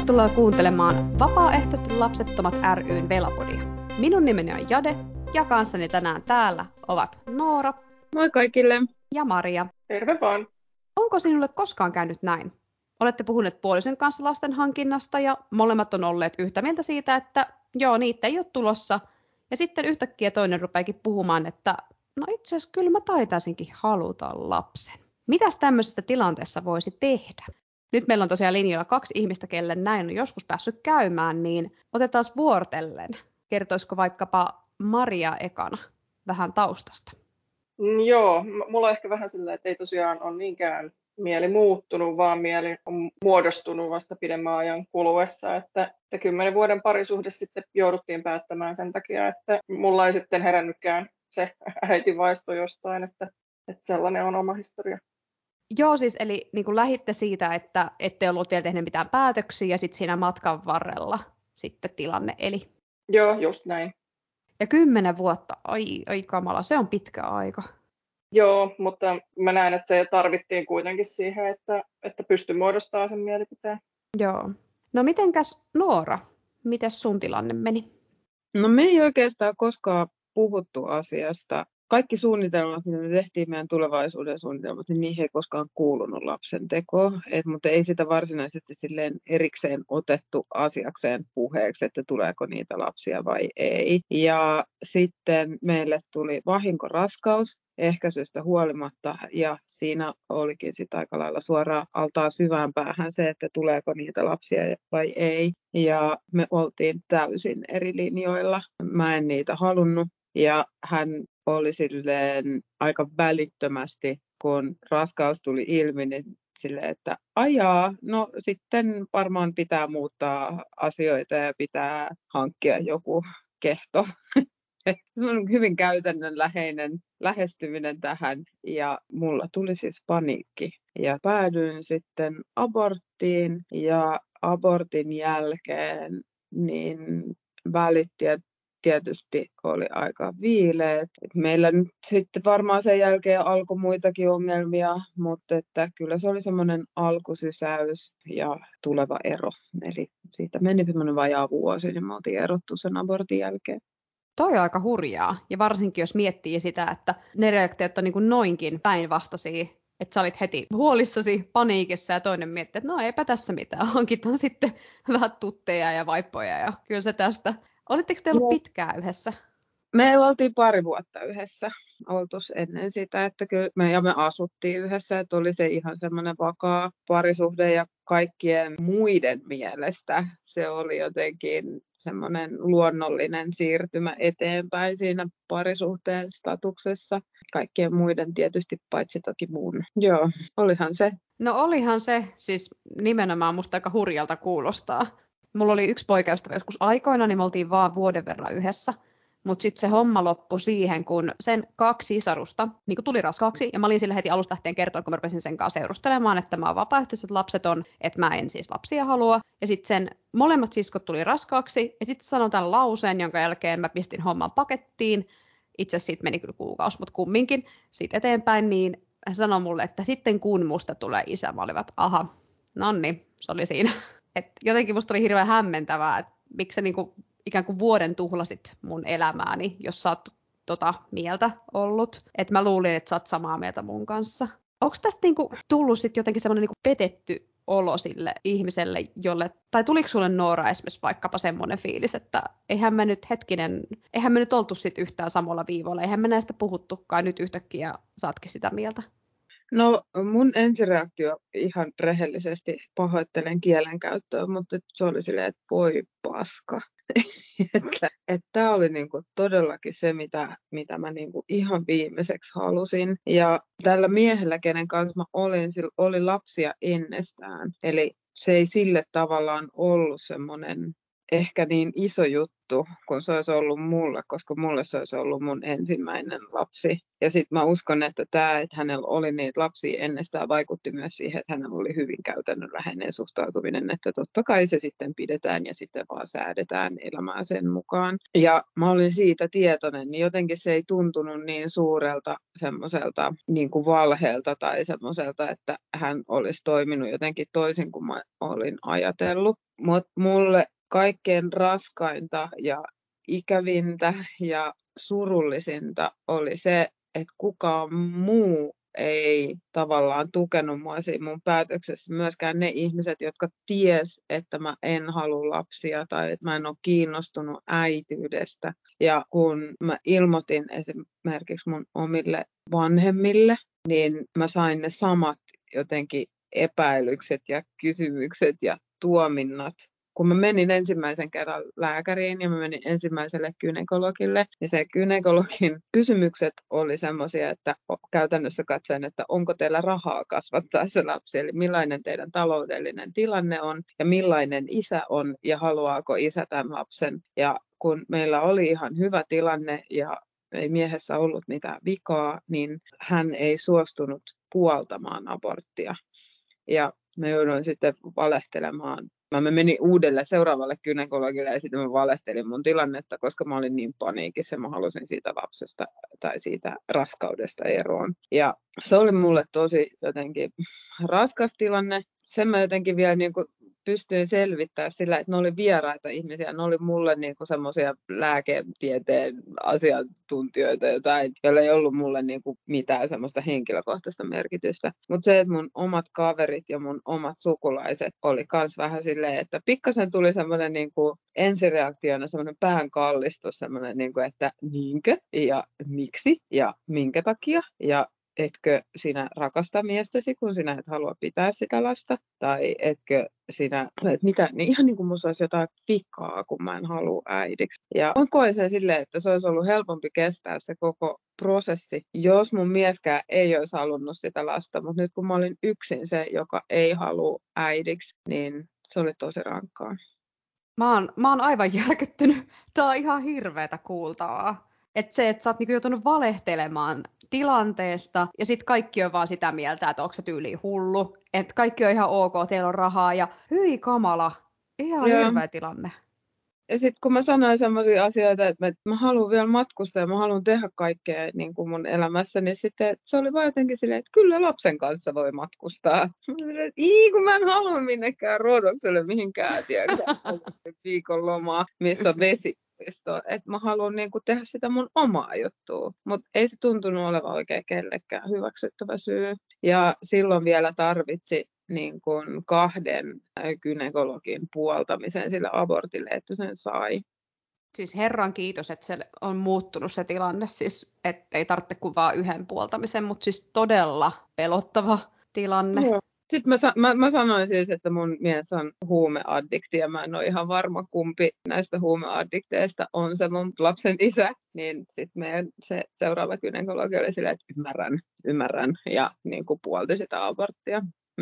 Tervetuloa kuuntelemaan Vapaaehtoisesti lapsettomat ry:n Velapodia. Minun nimeni on Jade ja kanssani tänään täällä ovat Noora. Moi kaikille. Ja Maria. Terve vaan. Onko sinulle koskaan käynyt näin? Olette puhuneet puolison kanssa lasten hankinnasta ja molemmat on olleet yhtä mieltä siitä, että joo, niitä ei ole tulossa. Ja sitten yhtäkkiä toinen rupeakin puhumaan, että no itse asiassa kyllä mä taitaisinkin haluta lapsen. Mitäs tämmöisessä tilanteessa voisi tehdä? Nyt meillä on tosiaan linjoilla 2 ihmistä, kelle näin on joskus päässyt käymään, niin otetaan vuorotellen. Kertoisiko vaikkapa Maria ekana vähän taustasta? Joo, mulla on ehkä vähän sillä, että ei tosiaan ole niinkään mieli muuttunut, vaan mieli on muodostunut vasta pidemmän ajan kuluessa. Että 10 vuoden parisuhde sitten jouduttiin päättämään sen takia, että mulla ei sitten herännytkään se äitivaisto jostain, että sellainen on oma historia. Joo, siis eli niin kuin lähditte siitä, että ette ollut vielä tehneet mitään päätöksiä ja sitten siinä matkan varrella sitten tilanne eli. Joo, just näin. Ja 10 vuotta, ai kamala, se on pitkä aika. Joo, mutta mä näen, että se tarvittiin kuitenkin siihen, että pystyi muodostamaan sen mielipiteen. Joo. No mitenkäs Noora, mites sun tilanne meni? No me ei oikeastaan koskaan puhuttu asiasta. Kaikki suunnitelmat, mitä me tehtiin, meidän tulevaisuuden suunnitelmat, niin niihin ei koskaan kuulunut lapsen teko, mutta ei sitä varsinaisesti silleen erikseen otettu asiakseen puheeksi, että tuleeko niitä lapsia vai ei. Ja sitten meille tuli vahinkoraskaus ehkäisystä huolimatta, ja siinä olikin sitten aika lailla suoraan altaan syvään päähän se, että tuleeko niitä lapsia vai ei. Ja me oltiin täysin eri linjoilla. Mä en niitä halunnut. Ja hän oli silleen aika välittömästi, kun raskaus tuli ilmi, niin silleen, että ajaa, no sitten varmaan pitää muuttaa asioita ja pitää hankkia joku kehto. Se on hyvin käytännönläheinen lähestyminen tähän ja mulla tuli siis paniikki. Ja päädyin sitten aborttiin ja abortin jälkeen niin välitti, tietysti oli aika viileet. Meillä nyt sitten varmaan sen jälkeen alkoi muitakin ongelmia, mutta että kyllä se oli semmoinen alkusysäys ja tuleva ero. Eli siitä meni semmoinen vajaa vuosi, niin me oltiin erottu sen abortin jälkeen. Toi on aika hurjaa, ja varsinkin jos miettii sitä, että ne reaktiot on niin kuin noinkin päinvastaisia, että sä olit heti huolissasi, paniikissa ja toinen miettii, että no eipä tässä mitään, hankitaan sitten vähän tutteja ja vaippoja ja kyllä se tästä. Olitteko te ollut pitkään yhdessä? Me oltiin 2 vuotta yhdessä oltus ennen sitä, että kyllä me asuttiin yhdessä, että oli se ihan semmoinen vakaa parisuhde ja kaikkien muiden mielestä se oli jotenkin semmoinen luonnollinen siirtymä eteenpäin siinä parisuhteen statuksessa. Kaikkien muiden tietysti paitsi toki muun. Joo, olihan se. No olihan se, siis nimenomaan musta aika hurjalta kuulostaa. Mulla oli yksi poikaystävä joskus aikoina, niin me oltiin vaan vuoden verran yhdessä. Mutta sitten se homma loppui siihen, kun sen 2 sisarusta niin kun tuli raskaaksi. Ja mä olin sille heti alusta lähtien kertoa, kun mä rupesin sen kanssa seurustelemaan, että mä oon vapaaehtoiset lapseton, että mä en siis lapsia halua. Ja sitten sen molemmat siskot tuli raskaaksi. Ja sitten sanoin tämän lauseen, jonka jälkeen mä pistin homman pakettiin. Itse asiassa siitä meni kyllä kuukausi, mutta kumminkin siitä eteenpäin. Niin hän sanoi mulle, että sitten kun musta tulee isä, mä olivat, aha, nonni, se oli siinä. Et jotenkin musta oli hirveän hämmentävää, että miksi sä niinku ikään kuin vuoden tuhlasit mun elämääni, jos sä oot mieltä ollut. Että mä luulin, että sä oot samaa mieltä mun kanssa. Onko tästä niinku tullut sit jotenkin semmoinen niinku petetty olo sille ihmiselle, jolle, tai tuliko sulle Noora esimerkiksi vaikkapa semmoinen fiilis, että eihän me nyt oltu sit yhtään samalla viivalla, eihän me näistä puhuttukaan, nyt yhtäkkiä saatkin sitä mieltä? No mun ensireaktio ihan rehellisesti, pahoittelen kielenkäyttöä, mutta se oli silleen, että voi paska. Että tämä oli niinku todellakin se, mitä mä niinku ihan viimeiseksi halusin. Ja tällä miehellä, kenen kanssa mä olin, sillä oli lapsia ennestään. Eli se ei sille tavallaan ollut semmoinen ehkä niin iso juttu, kun se olisi ollut mulle, koska mulle se olisi ollut mun ensimmäinen lapsi. Ja sitten mä uskon, että tämä, että hänellä oli niitä lapsia ennestään, vaikutti myös siihen, että hänellä oli hyvin käytännönläheinen suhtautuminen, että totta kai se sitten pidetään ja sitten vaan säädetään elämää sen mukaan. Ja mä olin siitä tietoinen, niin jotenkin se ei tuntunut niin suurelta semmoiselta niin kuin valheelta tai semmoiselta, että hän olisi toiminut jotenkin toisin kuin mä olin ajatellut. Mutta mulle kaikkein raskainta ja ikävintä ja surullisinta oli se, että kukaan muu ei tavallaan tukenut mua siinä mun päätöksessä. Myöskään ne ihmiset, jotka ties, että mä en halua lapsia tai että mä en ole kiinnostunut äitiydestä. Ja kun mä ilmoitin esimerkiksi mun omille vanhemmille, niin mä sain ne samat jotenkin epäilykset ja kysymykset ja tuominnat. Kun mä menin ensimmäisen kerran lääkäriin ja mä menin ensimmäiselle gynekologille, niin se gynekologin kysymykset oli semmoisia, että käytännössä katsoen, että onko teillä rahaa kasvattaa se lapsi, eli millainen teidän taloudellinen tilanne on ja millainen isä on ja haluaako isä tämän lapsen. Ja kun meillä oli ihan hyvä tilanne ja ei miehessä ollut mitään vikaa, niin hän ei suostunut puoltamaan aborttia. Ja mä jouduin sitten valehtelemaan. Mä menin uudelle seuraavalle gynekologille ja sitten mä valehtelin mun tilannetta, koska mä olin niin paniikissa ja mä halusin siitä lapsesta tai siitä raskaudesta eroon. Ja se oli mulle tosi jotenkin raskas tilanne. Sen mä jotenkin vielä niin kuin pystyin selvittämään sillä, että ne oli vieraita ihmisiä. Ne oli mulle niin kuin semmoisia lääketieteen asiantuntijoita, joilla ei ollut mulle niin kuin mitään semmoista henkilökohtaista merkitystä. Mutta se, että mun omat kaverit ja mun omat sukulaiset oli kans vähän silleen, että pikkasen tuli semmoinen niin kuin ensireaktiona semmoinen pään kallistus, semmoinen, niin kuin, että niinkö ja miksi ja minkä takia ja etkö sinä rakasta miestäsi, kun sinä et halua pitää sitä lasta? Tai etkö sinä, että mitä, niin ihan niin kuin musta olisi jotain vikaa, kun mä en halua äidiksi. Ja mä koin sen silleen, että se olisi ollut helpompi kestää se koko prosessi, jos mun mieskään ei olisi halunnut sitä lasta. Mutta nyt kun mä olin yksin se, joka ei halua äidiksi, niin se oli tosi rankkaa. Mä oon aivan järkyttynyt. Tää on ihan hirveetä kuultavaa. Että se, että sä oot niinku joutunut valehtelemaan tilanteesta, ja sitten kaikki on vaan sitä mieltä, että onko se tyyli hullu, että kaikki on ihan ok, teillä on rahaa, ja hyi kamala, ihan hirveä tilanne. Ja sitten kun mä sanoin semmoisia asioita, että mä haluan vielä matkustaa ja mä haluan tehdä kaikkea niin kuin mun elämässä, niin sitten se oli vaan jotenkin silleen, että kyllä lapsen kanssa voi matkustaa. Mä silleen, että kun mä en halua minnekään Roodokselle mihinkään, viikonlomaa, missä on vesi. Että mä haluan niin kuin tehdä sitä mun omaa juttua, mutta ei se tuntunut olevan oikein kellekään hyväksyttävä syy. Ja silloin vielä tarvitsi niin kuin 2 gynekologin puoltamisen sille abortille, että sen sai. Siis Herran kiitos, että se on muuttunut se tilanne, siis ettei tarvitse kuin vaan 1 puoltamisen, mutta siis todella pelottava tilanne. Joo. Sitten mä sanoin siis, että mun mies on huumeaddikti ja mä en ole ihan varma, kumpi näistä huumeaddikteista on se mun lapsen isä. Niin sitten meidän se seuraava gynekologi oli silleen, että ymmärrän ja niin kuin puolti sitä aborttia.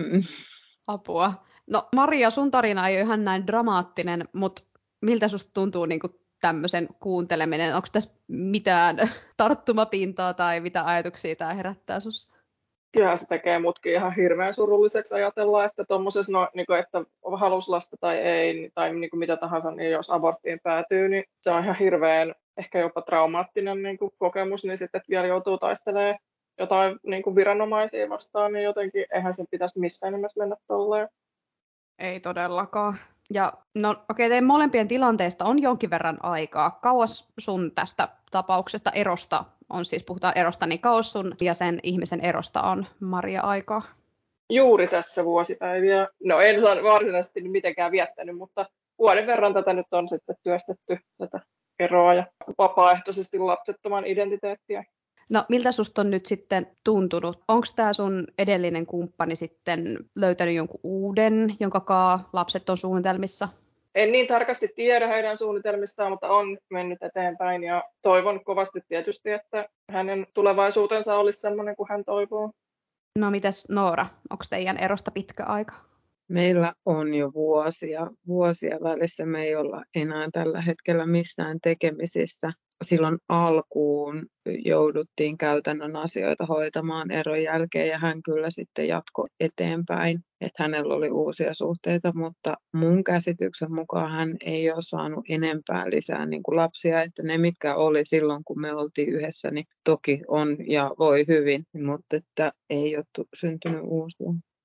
Apua. No Maria, sun tarina ei ole ihan näin dramaattinen, mutta miltä susta tuntuu niin kuin tämmöisen kuunteleminen? Onko tässä mitään tarttumapintaa tai mitä ajatuksia tämä herättää sussa? Kyllähän se tekee mutkin ihan hirveän surulliseksi ajatella, että tuommoisessa, niin että halusi lasta tai ei, tai niin mitä tahansa, niin jos aborttiin päätyy, niin se on ihan hirveän, ehkä jopa traumaattinen niin kokemus, niin sitten, että vielä joutuu taistelemaan jotain niin viranomaisia vastaan, niin jotenkin eihän sen pitäisi missään nimessä mennä tolleen. Ei todellakaan. Ja no okei, teidän molempien tilanteesta on jonkin verran aikaa. Kauas sun tästä tapauksesta erosta on, siis puhutaan erosta, niin kauas sun ja sen ihmisen erosta on, Maria, aikaa? Juuri tässä vuosipäiviä. No en saa varsinaisesti mitenkään viettänyt, mutta vuoden verran tätä nyt on sitten työstetty, tätä eroa ja vapaaehtoisesti lapsettoman identiteettiä. No miltä susta on nyt sitten tuntunut? Onko tämä sun edellinen kumppani sitten löytänyt jonkun uuden, jonka lapset on suunnitelmissa? En niin tarkasti tiedä heidän suunnitelmistaan, mutta on mennyt eteenpäin ja toivon kovasti tietysti, että hänen tulevaisuutensa olisi sellainen kuin hän toivoo. No mitäs Noora, onko teidän erosta pitkä aika? Meillä on jo vuosia välissä. Me ei olla enää tällä hetkellä missään tekemisissä. Silloin alkuun jouduttiin käytännön asioita hoitamaan eron jälkeen ja hän kyllä sitten jatkoi eteenpäin, että hänellä oli uusia suhteita, mutta mun käsityksen mukaan hän ei ole saanut enempää lisää niin kuin lapsia, että ne mitkä oli silloin kun me oltiin yhdessä, niin toki on ja voi hyvin, mutta että ei ole syntynyt uusia.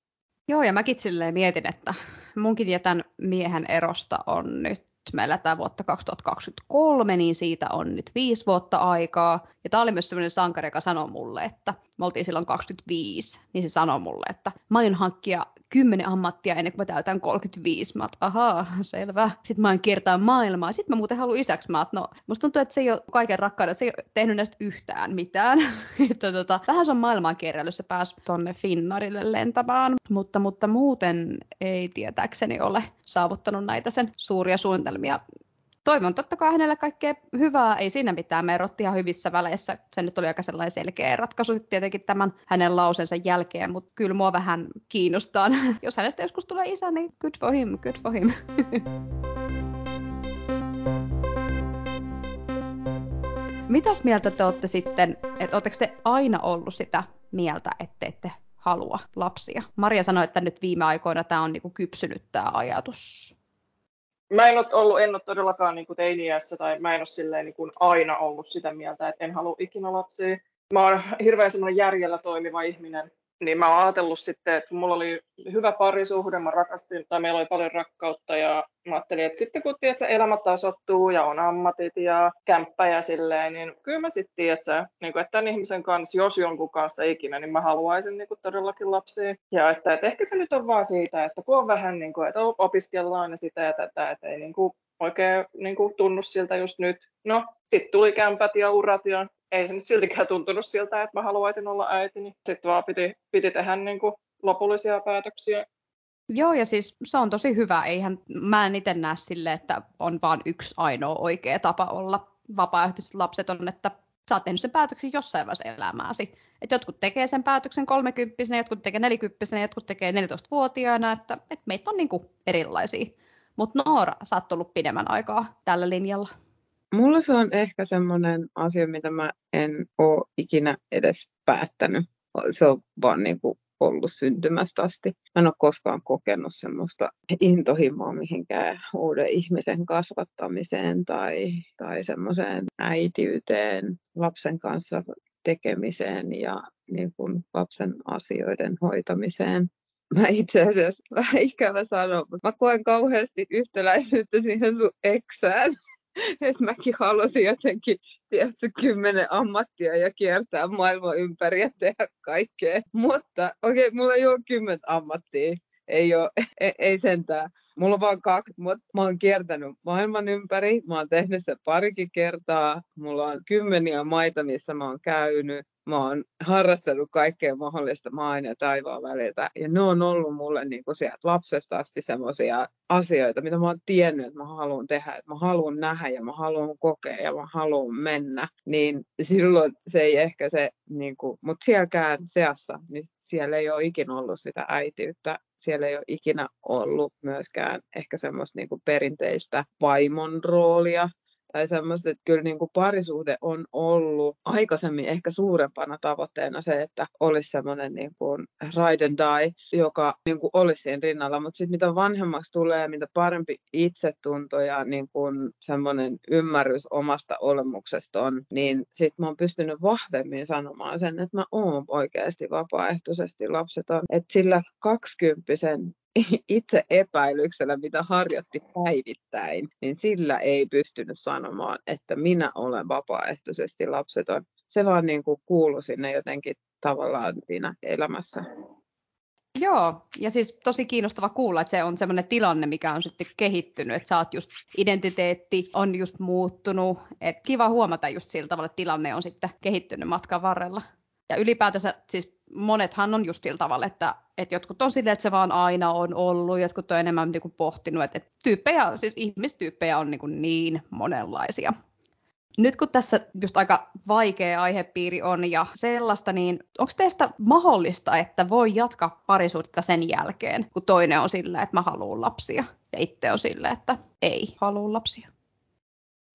Joo, ja mäkin silleen mietin, että munkin ja tämän miehen erosta on nyt, me eletään vuotta 2023, niin siitä on nyt 5 vuotta aikaa. Ja tää oli myös sellainen sankari, joka sanoi mulle, että me oltiin silloin 25, niin se sanoi mulle, että mä aion hankkia 10 ammattia ennen kuin mä täytän 35. Mä oot, ahaa, selvä. Sitten mä aion kiertää maailmaa. Sitten mä muuten haluan isäksi. Mä oot, no, musta tuntuu, että se ei ole kaiken rakkauden, se ei ole tehnyt näistä yhtään mitään. Vähän se on maailman kierrellyt, se pääsi tonne Finnairille lentämään, mutta muuten ei tietääkseni ole saavuttanut näitä sen suuria suunnitelmia. Toivon totta kai hänelle kaikkea hyvää, ei siinä mitään, me erottiin ihan hyvissä väleissä. Se nyt oli aika sellainen selkeä ratkaisu tietenkin tämän hänen lausensa jälkeen, mutta kyllä mua vähän kiinnostaa. Jos hänestä joskus tulee isä, niin good for him, good for him. Mitäs mieltä te olette sitten, että oletteko te aina ollut sitä mieltä, että ette halua lapsia? Maria sanoi, että nyt viime aikoina tämä on niinku kypsynyt tämä ajatus. Mä en ole todellakaan niin kuin teini-iässä tai mä en ole silleen niin kuin aina ollut sitä mieltä, että en halua ikinä lapsia. Mä oon hirveän semmoinen järjellä toimiva ihminen, niin mä oon ajatellut sitten, että mulla oli hyvä parisuhde, mä rakastin, tai meillä oli paljon rakkautta ja mä ajattelin, että sitten kun elämä tasoittuu ja on ammatit ja kämppä ja silleen, niin kyllä mä sitten tiedän, että tämän ihmisen kanssa, jos jonkun kanssa ikinä, niin mä haluaisin niin kuin todellakin lapsia. Ja että ehkä se nyt on vaan siitä, että kun on vähän niin kuin, että opiskellaan ja sitä ja tätä, että ei niin kuin oikein niin kuin tunnu siltä just nyt. No, sitten tuli kämpät ja urat ja ei se nyt siltikään tuntunut siltä, että mä haluaisin olla äiti, niin sitten vaan piti tehdä niin kuin lopullisia päätöksiä. Joo, ja siis se on tosi hyvä. Mä en itse näe sille, että on vaan yksi ainoa oikea tapa olla vapaaehtoiset lapset on, että sä oot tehnyt sen päätöksen jossain vaiheessa elämääsi. Että jotkut tekee sen päätöksen 30-vuotiaana, jotkut tekee 40-vuotiaana, jotkut tekee 14-vuotiaana, että meitä on niinku erilaisia. Mutta Noora, sä oot ollut pidemmän aikaa tällä linjalla. Mulla se on ehkä semmoinen asia, mitä mä en ole ikinä edes päättänyt. Se on vaan niin kuin ollut syntymästä asti. Mä en ole koskaan kokenut semmoista intohimoa mihinkään uuden ihmisen kasvattamiseen tai semmoiseen äitiyteen, lapsen kanssa tekemiseen ja niin kuin lapsen asioiden hoitamiseen. Mä itse asiassa vähän ikävä sanoa, mutta mä koen kauheasti yhtäläisyyttä siihen sun eksään. Että mäkin halusin jotenkin, tiedätkö, 10 ammattia ja kiertää maailman ympäri ja tehdä kaikkea. Mutta okei, mulla ei ole 10 ammattia. Ei sentään. Mulla on vaan 2, mutta mä oon kiertänyt maailman ympäri. Mä oon tehnyt sen parikin kertaa. Mulla on 10 maita, missä mä oon käynyt. Mä oon harrastanut kaikkea mahdollista maan ja taivaan väliltä. Ja ne on ollut mulle niin kuin sieltä lapsesta asti semmoisia asioita, mitä mä oon tiennyt, että mä haluan tehdä. Että mä haluan nähdä ja mä haluan kokea ja mä haluan mennä. Niin silloin se ei ehkä se, niin kuin, mutta sielläkään seassa, niin siellä ei ole ikinä ollut sitä äitiyttä. Siellä ei ole ikinä ollut myöskään ehkä semmoista niin kuin perinteistä vaimon roolia. Tai semmoista, että kyllä niin kuin parisuhde on ollut aikaisemmin ehkä suurempana tavoitteena se, että olisi semmoinen niin kuin ride and die, joka niin kuin olisi siinä rinnalla. Mutta sitten mitä vanhemmaksi tulee, mitä parempi itsetunto ja niin kuin semmoinen ymmärrys omasta olemuksesta on, niin sitten mä oon pystynyt vahvemmin sanomaan sen, että mä oon oikeasti vapaaehtoisesti lapseton. Että sillä 20-vuotiaan itse epäilyksellä, mitä harjoitti päivittäin, niin sillä ei pystynyt sanomaan, että minä olen vapaaehtoisesti lapseton. Se vaan niin kuin kuului sinne jotenkin tavallaan siinä elämässä. Joo, ja siis tosi kiinnostava kuulla, että se on semmoinen tilanne, mikä on sitten kehittynyt, että sä oot just, identiteetti on just muuttunut, että kiva huomata just sillä tavalla, että tilanne on sitten kehittynyt matkan varrella. Ja ylipäätänsä siis monethan on just sillä tavalla, että jotkut on silleen, että se vaan aina on ollut, jotkut on enemmän niin kuin pohtinut, että tyyppejä, siis ihmistyyppejä on niin monenlaisia. Nyt kun tässä just aika vaikea aihepiiri on ja sellaista, niin onko teistä mahdollista, että voi jatkaa parisuhdetta sen jälkeen, kun toinen on silleen, että mä haluan lapsia ja itse on silleen, että ei halua lapsia?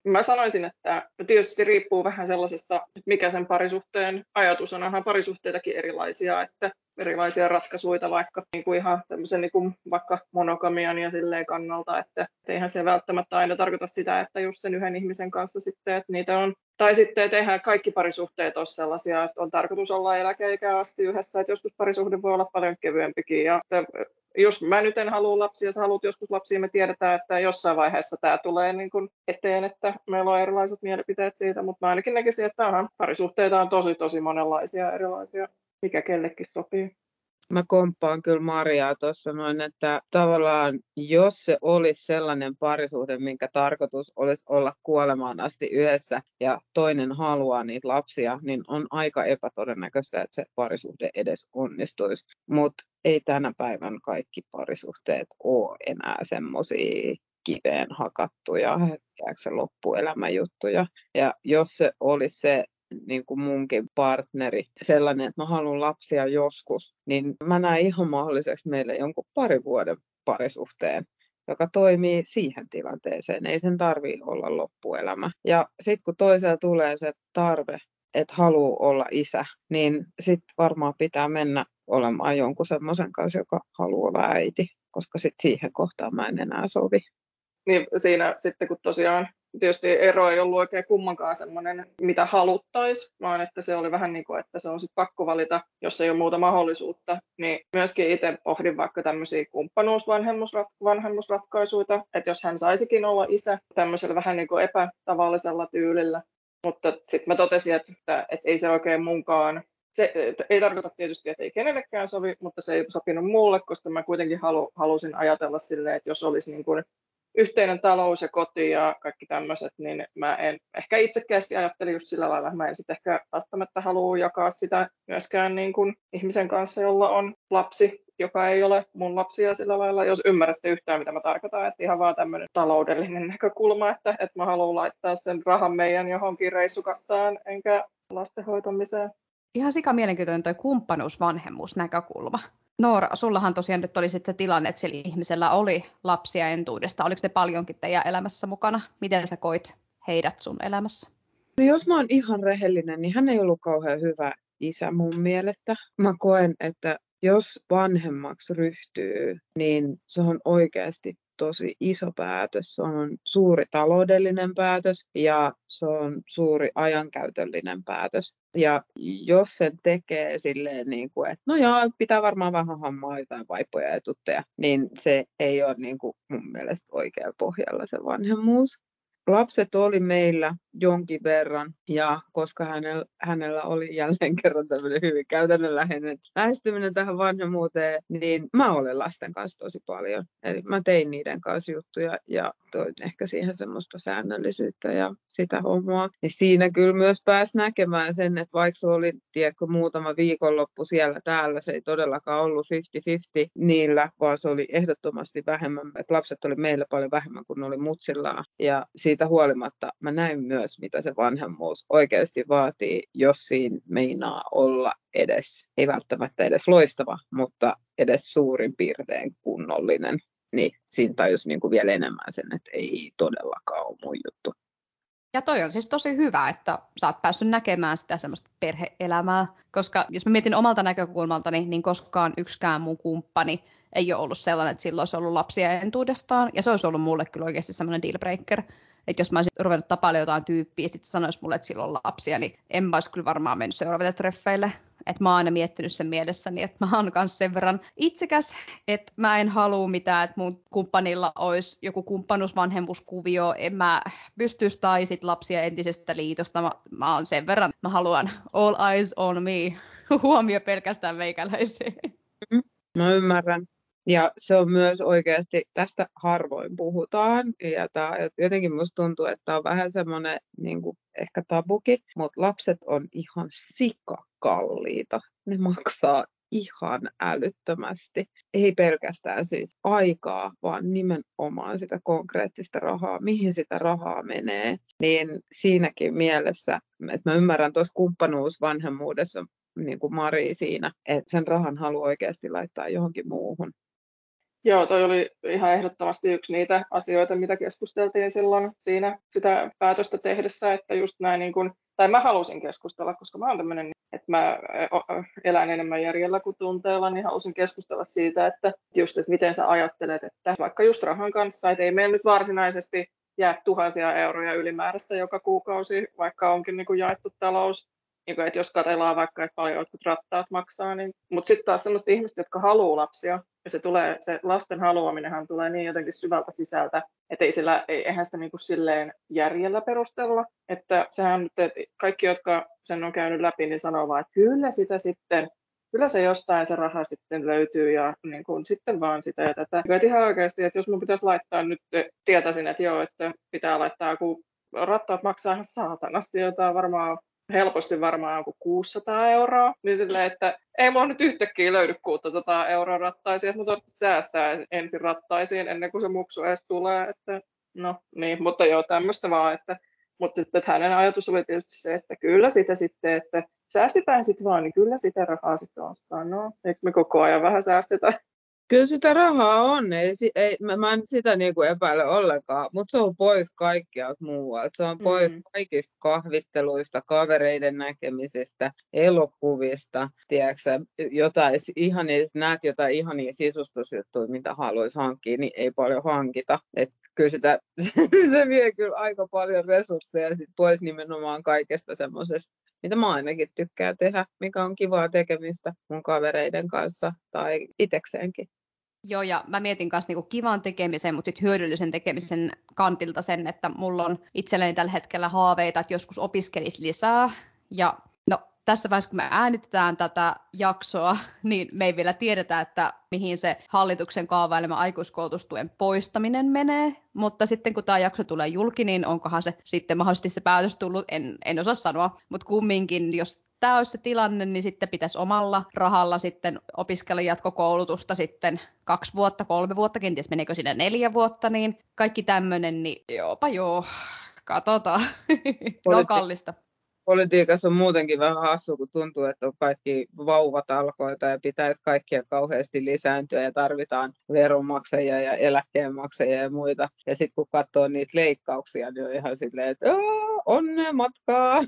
Mä sanoisin, että tietysti riippuu vähän sellaisesta, että mikä sen parisuhteen ajatus on. Onhan parisuhteitakin erilaisia, että erilaisia ratkaisuja vaikka niin kuin ihan tämmöisen niin kuin vaikka monogamian ja silleen kannalta, että eihän se välttämättä aina tarkoita sitä, että just sen yhden ihmisen kanssa sitten, että niitä on. Tai sitten, että eihän kaikki parisuhteet ole sellaisia, että on tarkoitus olla eläkeikään asti yhdessä, että joskus parisuhde voi olla paljon kevyempikin. Ja jos mä nyt en halua lapsia, sä haluat joskus lapsia, me tiedetään, että jossain vaiheessa tämä tulee niin kuin eteen, että meillä on erilaiset mielipiteet siitä, mutta mä ainakin näkisin, että parisuhteita on tosi monenlaisia erilaisia, mikä kellekin sopii. Mä komppaan kyllä Mariaa tuossa noin, että tavallaan jos se olisi sellainen parisuhde, minkä tarkoitus olisi olla kuolemaan asti yhdessä ja toinen haluaa niitä lapsia, niin on aika epätodennäköistä, että se parisuhde edes onnistuisi. Mutta ei tänä päivän kaikki parisuhteet ole enää semmoisia kiveen hakattuja, se loppuelämäjuttuja. Ja jos se olisi se niin kuin munkin partneri, sellainen, että mä haluan lapsia joskus, niin mä näen ihan mahdolliseksi meille jonkun 2 vuoden parisuhteen, joka toimii siihen tilanteeseen. Ei sen tarvitse olla loppuelämä. Ja sitten kun toisella tulee se tarve, että haluaa olla isä, niin sitten varmaan pitää mennä olemaan jonkun semmoisen kanssa, joka haluaa olla äiti, koska sitten siihen kohtaan mä en enää sovi. Niin siinä sitten, kun tosiaan tietysti ero ei ollut oikein kummankaan semmoinen, mitä haluttaisiin, vaan että se oli vähän niin kuin, että se on sitten pakko valita, jos ei ole muuta mahdollisuutta. Niin myöskin itse pohdin vaikka tämmöisiä kumppanuusvanhemmusratkaisuja, että jos hän saisikin olla isä tämmöisellä vähän niin kuin epätavallisella tyylillä. Mutta sitten mä totesin, että ei se oikein munkaan. Se ei tarkoita tietysti, että ei kenellekään sovi, mutta se ei sopinut mulle, koska mä kuitenkin halusin ajatella silleen, että jos olisi niin kuin yhteinen talous ja koti ja kaikki tämmöiset, niin mä en ehkä itsekkäästi ajattelin just sillä lailla, että mä en sitten ehkä välttämättä halua jakaa sitä myöskään niin kuin ihmisen kanssa, jolla on lapsi, joka ei ole mun lapsia sillä lailla, jos ymmärrätte yhtään, mitä mä tarkoitan, että ihan vaan tämmöinen taloudellinen näkökulma, että mä haluan laittaa sen rahan meidän johonkin reissukassaan, enkä lastenhoitamiseen. Ihan sikamielenkiintoinen toi kumppanuusvanhemmuusnäkökulma. Noora, sullahan tosiaan nyt oli sitten se tilanne, että sillä ihmisellä oli lapsia entuudesta. Oliko ne paljonkin teidän elämässä mukana? Miten sä koit heidät sun elämässä? No jos mä oon ihan rehellinen, niin hän ei ollut kauhean hyvä isä mun mielestä. Mä koen, että jos vanhemmaksi ryhtyy, niin se on oikeasti tosi iso päätös. Se on suuri taloudellinen päätös ja se on suuri ajankäytöllinen päätös. Ja jos sen tekee silleen, niin kuin, että no joo, pitää varmaan vähän hammaa jotain vaippoja ja tutteja, niin se ei ole niin kuin mun mielestä oikealla pohjalla se vanhemmuus. Lapset oli meillä jonkin verran, ja koska hänellä oli jälleen kerran tämmöinen hyvin käytännönläheinen lähestyminen tähän vanhemmuuteen, niin mä olen lasten kanssa tosi paljon. Eli mä tein niiden kanssa juttuja ja toin ehkä siihen semmoista säännöllisyyttä ja sitä hommaa. Ja siinä kyllä myös pääsi näkemään sen, että vaikka se oli muutama viikonloppu siellä täällä, se ei todellakaan ollut 50-50 niillä, vaan se oli ehdottomasti vähemmän, että lapset oli meillä paljon vähemmän kuin ne oli mutsillaan. Ja siitä huolimatta mä näin myös, mitä se vanhemmuus oikeasti vaatii, jos siinä meinaa olla edes, ei välttämättä edes loistava, mutta edes suurin piirtein kunnollinen. Niin siinä tajus niin kuin vielä enemmän sen, että ei todellakaan ole mun juttu. Ja toi on siis tosi hyvä, että sä oot päässyt näkemään sitä semmoista perhe-elämää, koska jos mä mietin omalta näkökulmaltani, niin koskaan yksikään mun kumppani ei ole ollut sellainen, että sillä olisi ollut lapsia entuudestaan, ja se olisi ollut mulle kyllä oikeasti semmoinen dealbreaker, että jos mä olisin ruvennut tapailemaan jotain tyyppiä, ja sitten sanoisi mulle, että sillä on lapsia, niin en mä olisi kyllä varmaan mennyt seuraaville treffeille. Että mä oon aina miettinyt sen mielessäni, että mä oon kanssa sen verran itsekäs, että mä en halua mitään, että mun kumppanilla olisi joku kumppanuusvanhemmuuskuvio, en mä pystyisi tai sit lapsia entisestä liitosta, mä oon sen verran, mä haluan all eyes on me, huomio pelkästään meikäläisiin. Mä ymmärrän. Ja se on myös oikeasti, tästä harvoin puhutaan, ja jotenkin musta tuntuu, että tämä on vähän semmoinen niin kuin ehkä tabukin, mutta lapset on ihan sikakalliita. Ne maksaa ihan älyttömästi. Ei pelkästään siis aikaa, vaan nimenomaan sitä konkreettista rahaa, mihin sitä rahaa menee. Niin siinäkin mielessä, että mä ymmärrän tuossa kumppanuusvanhemmuudessa, niin kuin Mari siinä, että sen rahan haluaa oikeasti laittaa johonkin muuhun. Joo, toi oli ihan ehdottomasti yksi niitä asioita, mitä keskusteltiin silloin siinä sitä päätöstä tehdessä, että just näin niin kuin, tai mä halusin keskustella, koska mä oon tämmöinen, että mä elän enemmän järjellä kuin tunteella, niin halusin keskustella siitä, että just, että miten sä ajattelet, että vaikka just rahan kanssa, että ei meillä nyt varsinaisesti jää tuhansia euroja ylimääräistä joka kuukausi, vaikka onkin niin kuin jaettu talous, niin kuin, että jos katsellaan vaikka, että paljon jotkut rattaat maksaa, niin, mutta sitten taas sellaiset ihmiset, jotka haluaa lapsia, ja se lasten haluaminenhan tulee niin jotenkin syvältä sisältä, että eihän sitä niin kuin silleen järjellä perustella, että sehän nyt, että kaikki, jotka sen on käynyt läpi, niin sanoo vaan, että kyllä se jostain se raha sitten löytyy ja niin kuin, sitten vaan sitä ja tätä. Että ihan oikeasti, että jos mun pitäisi laittaa nyt, tietäisin, että joo, että pitää laittaa, kun rattaat maksaa ihan saatanasti, jotain varmaan helposti varmaan joku 600 euroa, niin silleen, että ei mulla nyt yhtäkkiä löydy 600 euroa rattaisiin, että mun tarvitsisi säästää ensin rattaisiin ennen kuin se muksu edes tulee, että no niin, mutta joo, tämmöistä vaan, mutta sitten että hänen ajatus oli tietysti se, että kyllä sitä sitten, että säästetään sitten vaan, niin kyllä sitä rahaa sitten ostetaan, no, eikö me koko ajan vähän säästetään? Kyllä sitä rahaa on, mä en sitä niinku epäile ollenkaan, mutta se on pois kaikkialta muualta. Se on pois kaikista kahvitteluista, kavereiden näkemisistä, elokuvista, tiedätkö, näet jotain ihania sisustusjuttuja, mitä haluaisi hankkia, niin ei paljon hankita. Et kyllä se vie kyllä aika paljon resursseja sit pois nimenomaan kaikesta semmoisesta, mitä mä ainakin tykkään tehdä, mikä on kivaa tekemistä mun kavereiden kanssa tai itsekseenkin. Joo, ja mä mietin myös niinku kivan tekemisen, mutta sitten hyödyllisen tekemisen kantilta sen, että mulla on itselleni tällä hetkellä haaveita, että joskus opiskelisi lisää. Ja no, tässä vaiheessa, kun me äänitetään tätä jaksoa, niin me ei vielä tiedetä, että mihin se hallituksen kaavailema aikuiskoulutustuen poistaminen menee. Mutta sitten kun tämä jakso tulee julki, niin onkohan se sitten mahdollisesti se päätös tullut, en osaa sanoa. Mutta kumminkin, jos tämä olisi se tilanne, niin sitten pitäisi omalla rahalla sitten opiskella jatkokoulutusta sitten 2 vuotta, 3 vuotta, kenties meneekö sinne 4 vuotta, niin kaikki tämmöinen, niin joo, katsotaan. On kallista. Politiikassa on muutenkin vähän hassu, kun tuntuu, että on kaikki vauvatalkoita ja pitäisi kaikkien kauheasti lisääntyä ja tarvitaan veronmaksajia ja eläkkeenmaksajia ja muita. Ja sitten kun katsoo niitä leikkauksia, niin on ihan silleen, että onnea matkaa.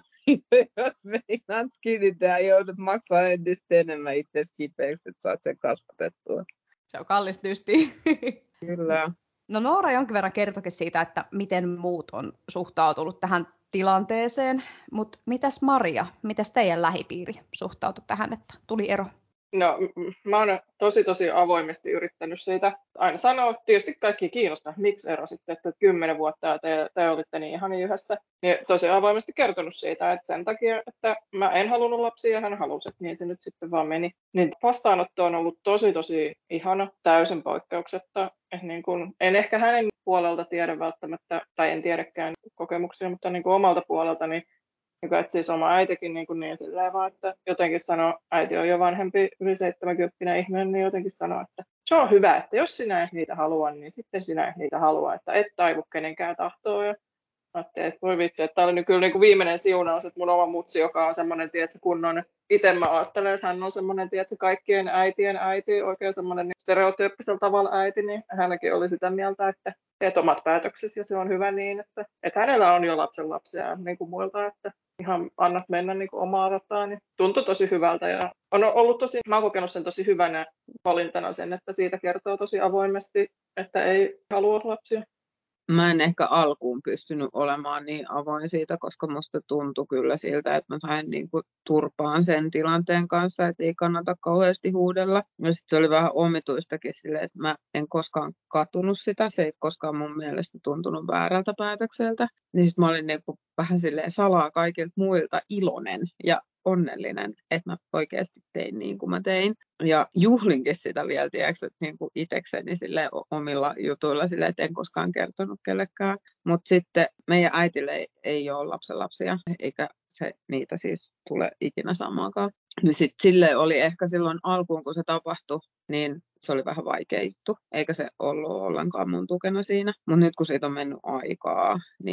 Jos meinaat skinitää, joudut maksaa entistä enemmän itse kipeäksi, että saat sen kasvatettua. Se on kallista lystiä. Kyllä. No Noora jonkin verran kertoikin siitä, että miten muut on suhtautunut tähän tilanteeseen, mutta mitäs Maria, mitäs teidän lähipiiri suhtautui tähän, että tuli ero? No, mä oon tosi avoimesti yrittänyt siitä aina sanoa, tietysti kaikki kiinnostaa, miksi erositte, että 10 vuotta ja te olitte niin ihan yhdessä. Niin tosi avoimesti kertonut siitä, että sen takia, että mä en halunnut lapsia ja hän halusi, että niin se nyt sitten vaan meni. Niin vastaanotto on ollut tosi ihana, täysin poikkeuksetta. Niin kun, en ehkä hänen puolelta tiedä välttämättä, tai en tiedäkään kokemuksia, mutta niin kuin omalta puolelta, niin että siis oma äitikin niin silleen vaan, että jotenkin sanoo, äiti on jo vanhempi, yli 70 ihminen, niin jotenkin sanoo, että se on hyvä, että jos sinä et niitä halua, niin sitten sinä et niitä halua, että et taivu kenenkään tahtoa. Ja ajattelin, että voi vitsi, että tämä oli kyllä niin kuin viimeinen siunaus, että mun oma mutsi, joka on semmoinen, tiedätkö, kunnon, itse mä ajattelen, että hän on semmoinen, tiedätkö, kaikkien äitien äiti, oikein semmoinen stereotyyppisellä tavalla äiti, niin hänelläkin oli sitä mieltä, että teet omat päätöksesi ja se on hyvä niin, että hänellä on jo lapsenlapsia niin kuin muilta, että ihan annat mennä niin kuin omaa rataa, niin tuntui tosi hyvältä ja on ollut mä oon kokenut sen tosi hyvänä valintana sen, että siitä kertoo tosi avoimesti, että ei halua lapsia. Mä en ehkä alkuun pystynyt olemaan niin avoin siitä, koska musta tuntui kyllä siltä, että mä sain niin kuin turpaan sen tilanteen kanssa, että ei kannata kauheasti huudella. Ja sitten se oli vähän omituistakin silleen, että mä en koskaan katunut sitä, se ei koskaan mun mielestä tuntunut väärältä päätökseltä. Niin sitten mä olin niin kuin vähän silleen salaa kaikilta muilta iloinen ja onnellinen, että mä oikeasti tein niin kuin mä tein. Ja juhlinkin sitä vielä, tiedätkö, että niin kuin itsekseni silleen omilla jutuilla, silleen, että en koskaan kertonut kellekään. Mutta sitten meidän äitille ei ole lapsenlapsia, eikä se niitä siis tule ikinä saamaankaan. Niin sitten silleen oli ehkä silloin alkuun, kun se tapahtui, niin se oli vähän vaikea juttu, eikä se ollut ollenkaan mun tukena siinä. Mutta nyt kun siitä on mennyt aikaa, niin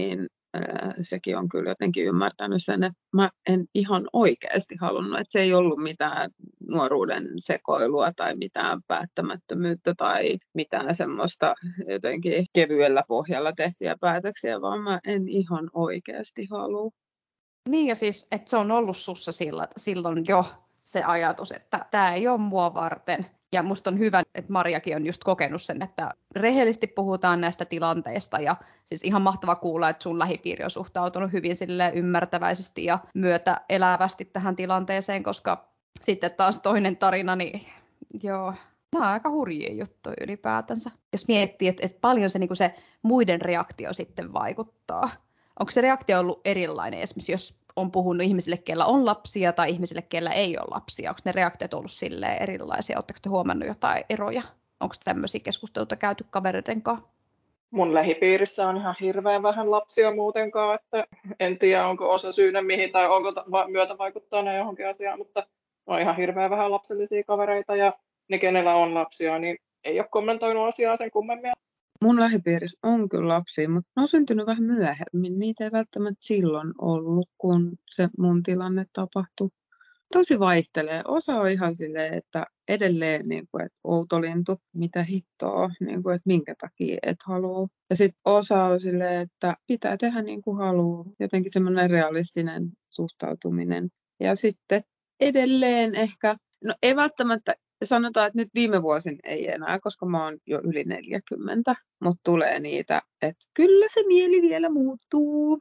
sekin on kyllä jotenkin ymmärtänyt sen, että mä en ihan oikeasti halunnut, että se ei ollut mitään nuoruuden sekoilua tai mitään päättämättömyyttä tai mitään semmoista jotenkin kevyellä pohjalla tehtyjä päätöksiä, vaan mä en ihan oikeasti halua. Niin ja siis, että se on ollut sussa silloin jo se ajatus, että tämä ei ole mua varten. Ja musta on hyvä, että Mariakin on just kokenut sen, että rehellisesti puhutaan näistä tilanteista. Ja siis ihan mahtava kuulla, että sun lähipiiri on suhtautunut hyvin silleen ymmärtäväisesti ja myötäelävästi tähän tilanteeseen, koska sitten taas toinen tarina, niin joo, nämä on aika hurjia juttuja ylipäätänsä. Jos miettii, että paljon se, niin se muiden reaktio sitten vaikuttaa. Onko se reaktio ollut erilainen esimerkiksi, jos on puhunut ihmisille, kellä on lapsia tai ihmisille, kellä ei ole lapsia? Onko ne reaktiot ollut silleen erilaisia? Oletteko te huomannut jotain eroja? Onko tämmöisiä keskusteluita käyty kavereiden kanssa? Mun lähipiirissä on ihan hirveän vähän lapsia muutenkaan, että en tiedä onko osa syynä mihin tai onko myötä vaikuttaa ne johonkin asiaan, mutta on ihan hirveän vähän lapsellisia kavereita ja ne, kenellä on lapsia, niin ei ole kommentoinut asiaa sen kummemmin. Mun lähipiirissä on kyllä lapsia, mutta ne on syntynyt vähän myöhemmin. Niitä ei välttämättä silloin ollut, kun se mun tilanne tapahtui. Tosi vaihtelee. Osa on ihan silleen, että edelleen niin kuin, että outolintu, mitä hittoa, niin kuin, että minkä takia et halua. Ja sitten osa on silleen, että pitää tehdä niin kuin haluaa. Jotenkin semmoinen realistinen suhtautuminen. Ja sitten edelleen ehkä, no ei välttämättä, sanotaan, että nyt viime vuosin ei enää, koska mä oon jo yli 40, mutta tulee niitä, että kyllä se mieli vielä muuttuu.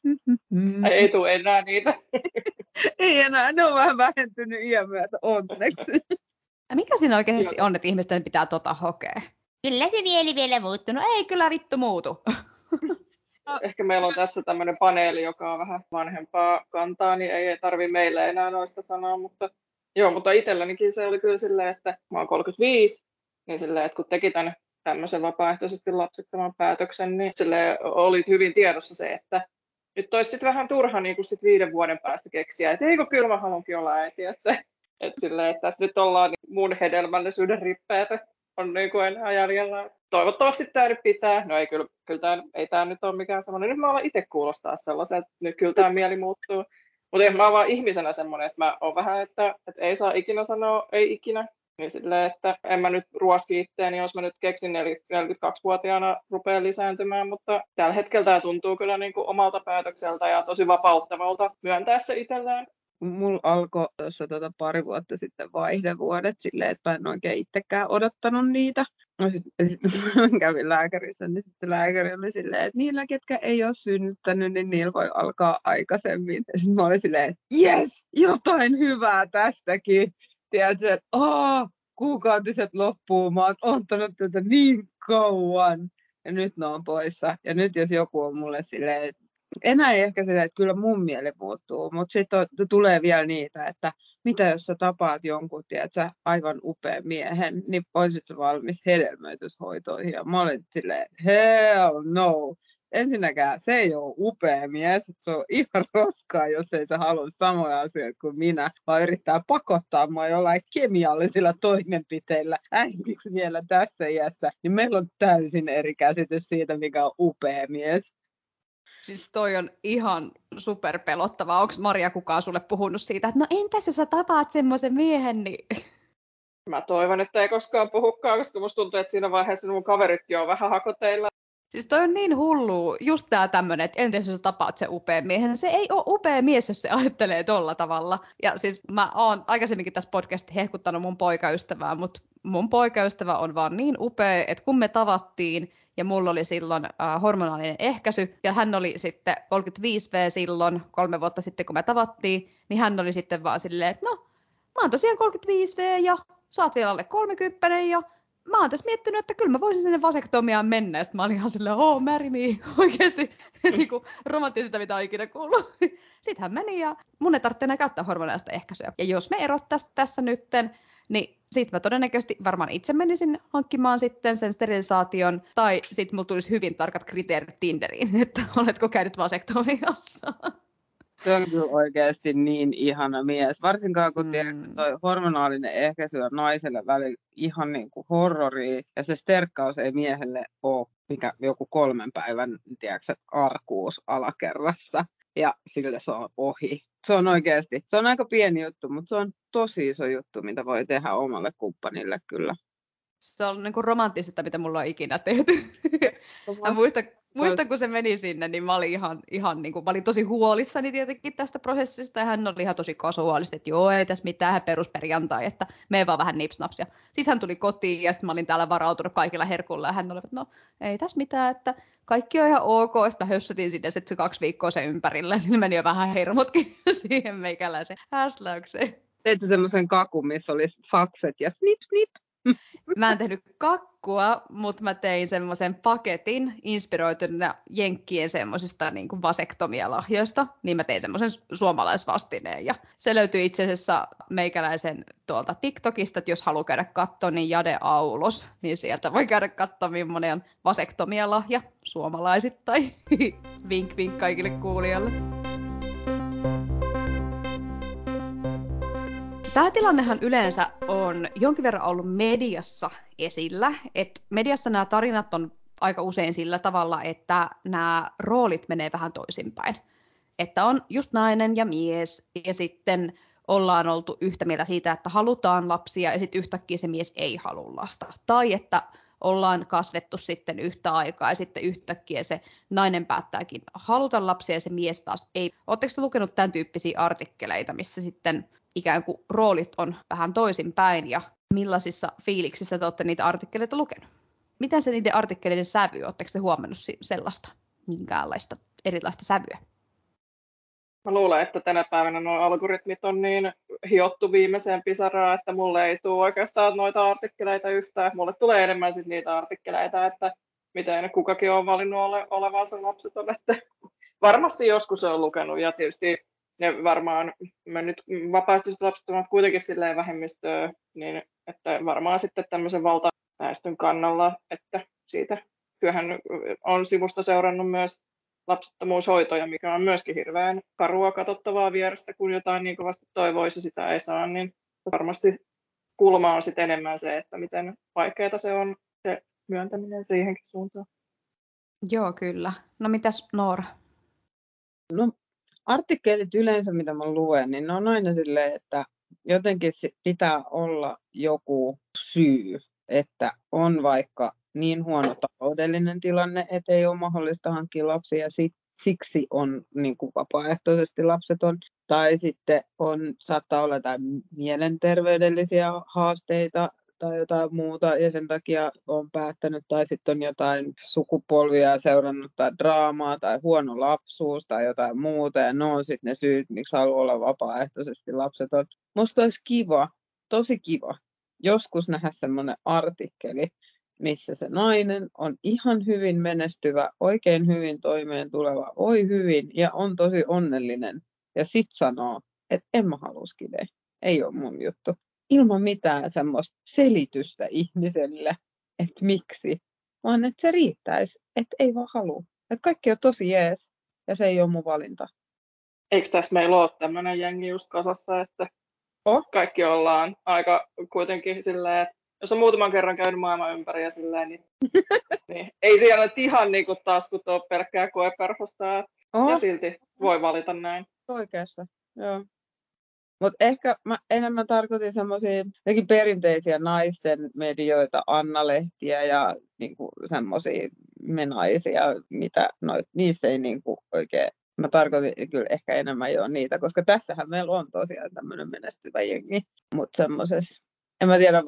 Ei tule enää niitä. Ei enää, ne on vähän vähentynyt iän myötä, onneksi. Ja mikä siinä oikeasti on, että ihmisten pitää hokea? Kyllä se mieli vielä muuttuu. No ei kyllä vittu muutu. Ehkä meillä on tässä tämmöinen paneeli, joka on vähän vanhempaa kantaa, niin ei tarvitse meille enää noista sanoa, mutta joo, mutta itsellänikin se oli kyllä silleen, että mä oon 35, niin silleen, että kun teki tämän tämmöisen vapaaehtoisesti lapsettoman päätöksen, niin silleen oli hyvin tiedossa se, että nyt olisi sitten vähän turha niin kuin sit 5 vuoden päästä keksiä, että eikö kyllä mä haluankin olla äiti, että silleen, että tässä nyt ollaan niin mun hedelmällisyyden rippeitä on niin kuin enää jäljellä. Toivottavasti tämä nyt pitää. No ei, kyllä ei tämä nyt ole mikään semmoinen. Nyt mä alan itse kuulostaa sellaisen, että nyt kyllä tämä mieli muuttuu. Mutta mä oon vaan ihmisenä semmoinen, että mä oon vähän, että ei saa ikinä sanoa ei ikinä. Niin silleen, että en mä nyt ruoski itteeni, jos mä nyt keksin 42-vuotiaana rupeaa lisääntymään, mutta tällä hetkellä tämä tuntuu kyllä niin kuin omalta päätökseltä ja tosi vapauttavalta myöntää se itsellään. Mulla alkoi tuossa pari vuotta sitten vaihdevuodet silleen, että mä en oikein itsekään odottanut niitä. Sitten kävin lääkärissä, niin sitten lääkäri oli silleen, että niillä, ketkä ei ole synnyttänyt, niin niillä voi alkaa aikaisemmin. Ja sitten mä olin silleen, että jes, jotain hyvää tästäkin. Tiedätkö, että kuukautiset loppuu, mä oon ottanut tätä niin kauan. Ja nyt ne on poissa. Ja nyt jos joku on mulle silleen, että enää ei ehkä silleen, että kyllä mun mieli muuttuu, mutta sitten tulee vielä niitä, että mitä jos sä tapaat jonkun, tiedätkö, aivan upean miehen, niin olisit sä valmis hedelmöityshoitoihin. Ja mä olin silleen, hell no. Ensinnäkään se ei ole upea mies, se on ihan roskaa, jos ei se halua samoja asioita kuin minä, vaan yrittää pakottaa mua jollain kemiallisilla toimenpiteillä äidiksi vielä tässä iässä. Niin meillä on täysin eri käsitys siitä, mikä on upea mies. Siis toi on ihan superpelottavaa. Onko Maria kukaan sulle puhunut siitä, että no entäs jos sä tapaat semmoisen miehen, niin... Mä toivon, että ei koskaan puhukaan, koska musta tuntuu, että siinä vaiheessa mun kaveritkin on vähän hakoteilla. Siis toi on niin hullu, just tää tämmönen, että entäs jos sä tapaat sen upean miehen. Se ei ole upea mies, jos se ajattelee tolla tavalla. Ja siis mä oon aikaisemminkin tässä podcastissa hehkuttanut mun poikaystävää, mutta mun poikaystävä on vaan niin upea, että kun me tavattiin, ja mulla oli silloin hormonaalinen ehkäisy, ja hän oli sitten 35V silloin, 3 vuotta sitten kun me tavattiin, niin hän oli sitten vaan silleen, että no, mä oon tosiaan 35V, ja sä oot vielä alle 30, ja mä oon tässä miettinyt, että kyllä mä voisin sinne vasektomiaan mennä, ja sitten mä olin ihan silleen, marry me, oikeasti niinku romanttisista, mitä on ikinä kuullut. Sitten hän meni, ja mun ei tarvitse enää käyttää hormonaalista ehkäisyä. Ja jos me erottaisiin tässä nytten, niin sitten mä todennäköisesti varmaan itse menisin hankkimaan sitten sen sterilisaation, tai sitten mulla tulisi hyvin tarkat kriteerit Tinderiin, että oletko käynyt vasektomiassa. Se on kyllä oikeasti niin ihana mies, varsinkaan kun tiedätkö, toi hormonaalinen ehkäisy on naiselle välillä ihan niin kuin horroria, ja se sterkkaus ei miehelle ole mikä joku 3 päivän, tiedätkö, arkuus alakerrassa, ja sillä se on ohi. Se on oikeasti, se on aika pieni juttu, mutta se on tosi iso juttu, mitä voi tehdä omalle kumppanille kyllä. Se on niin kuin romanttisinta, mitä mulla on ikinä tehty. Mä muistan, kun se meni sinne, niin mä olin ihan niin kuin, mä olin tosi huolissani tietenkin tästä prosessista, ja hän oli ihan tosi kasuaalisesti, että joo, ei tässä mitään, perusperjantai, että mene vaan vähän nipsnaps. Sitten hän tuli kotiin, ja sitten mä olin täällä varautunut kaikilla herkulla, ja hän oli, että no, ei tässä mitään, että kaikki on ihan ok. Sitten mä hössötin sinne sitten se 2 viikkoa sen ympärillä, ja sillä meni jo vähän hermotkin siihen meikäläisen häsläykseen. Teitkö semmoisen kakun, missä oli fakset ja snip snip? Mä en tehnyt kakkua, mutta mä tein semmoisen paketin inspiroituna jenkkien semmoisista niin kuin vasektomialahjoista, niin mä tein semmoisen suomalaisvastineen. Ja se löytyy itse asiassa meikäläisen tuolta TikTokista, että jos haluaa käydä katsoa, niin Jade Aulos, niin sieltä voi käydä katsoa, millainen on vasektomialahja suomalaisittain. Vink vink kaikille kuulijoille. Tämä tilannehan yleensä on jonkin verran ollut mediassa esillä, että mediassa nämä tarinat on aika usein sillä tavalla, että nämä roolit menee vähän toisinpäin. Että on just nainen ja mies, ja sitten ollaan oltu yhtä mieltä siitä, että halutaan lapsia, ja sitten yhtäkkiä se mies ei halua lasta. Tai että ollaan kasvettu sitten yhtä aikaa, ja sitten yhtäkkiä se nainen päättääkin haluta lapsia, ja se mies taas ei. Oletteko te lukenut tämän tyyppisiä artikkeleita, missä sitten ikään kuin roolit on vähän toisinpäin, ja millaisissa fiiliksissä te olette niitä artikkeleita lukenut? Miten se niiden artikkeleiden sävy, oletteko te huomannut sellaista, minkäänlaista erilaista sävyä? Mä luulen, että tänä päivänä nuo algoritmit on niin hiottu viimeiseen pisaraan, että mulle ei tule oikeastaan noita artikkeleita yhtään. Mulle tulee enemmän sit niitä artikkeleita, että miten kukakin on valinnut olevansa lapseton. Että varmasti joskus se on lukenut, ja tietysti ne varmaan, mä nyt vapaaehtoiset lapset ovat kuitenkin silleen vähemmistöä, niin että varmaan sitten tämmöisen valtaväestön kannalla, että siitä kyllähän on sivusta seurannut myös lapsettomuushoitoja, mikä on myöskin hirveän karua katsottavaa vierestä, kun jotain niin kovasti toivoisi, sitä ei saa, niin varmasti kulma on sitten enemmän se, että miten vaikeaa se on se myöntäminen siihenkin suuntaan. Joo, kyllä. No mitäs Noora? No, artikkelit yleensä, mitä mä luen, niin ne on aina silleen, että jotenkin pitää olla joku syy, että on vaikka niin huono taloudellinen tilanne, että ei ole mahdollista hankkia lapsia, ja siksi on niin kuin vapaaehtoisesti lapseton. Tai sitten saattaa olla jotain mielenterveydellisiä haasteita tai jotain muuta, ja sen takia on päättänyt, tai sitten on jotain sukupolvia seurannut tai draamaa tai huono lapsuus tai jotain muuta, ja ne on sitten ne syyt, miksi haluaa olla vapaaehtoisesti lapseton. Musta olisi kiva, tosi kiva, joskus nähdä semmoinen artikkeli, missä se nainen on ihan hyvin menestyvä, oikein hyvin toimeen tuleva, oi hyvin ja on tosi onnellinen. Ja sit sanoo, että en mä halua skidejä, ei ole mun juttu. Ilman mitään semmoista selitystä ihmiselle, että miksi, vaan että se riittäisi, että ei vaan halua. Että kaikki on tosi jees ja se ei ole mun valinta. Eikö tässä meillä ole tämmöinen jengi just kasassa, että kaikki ollaan aika kuitenkin silleen, että jos on muutaman kerran käynyt maailman ympäri ja silleen, niin ei siellä nyt ihan niin kuin taskut ole pelkkää koeperhosta, ja silti voi valita näin. Oikeassa, joo. Mutta ehkä mä enemmän tarkoitin semmoisia perinteisiä naisten medioita, Anna-lehtiä ja niinku semmoisia menaisia, mitä niissä ei niinku oikein. Mä tarkoitin kyllä ehkä enemmän jo niitä, koska tässähän meillä on tosiaan tämmöinen menestyvä jengi. Mutta semmoisessa, en mä tiedä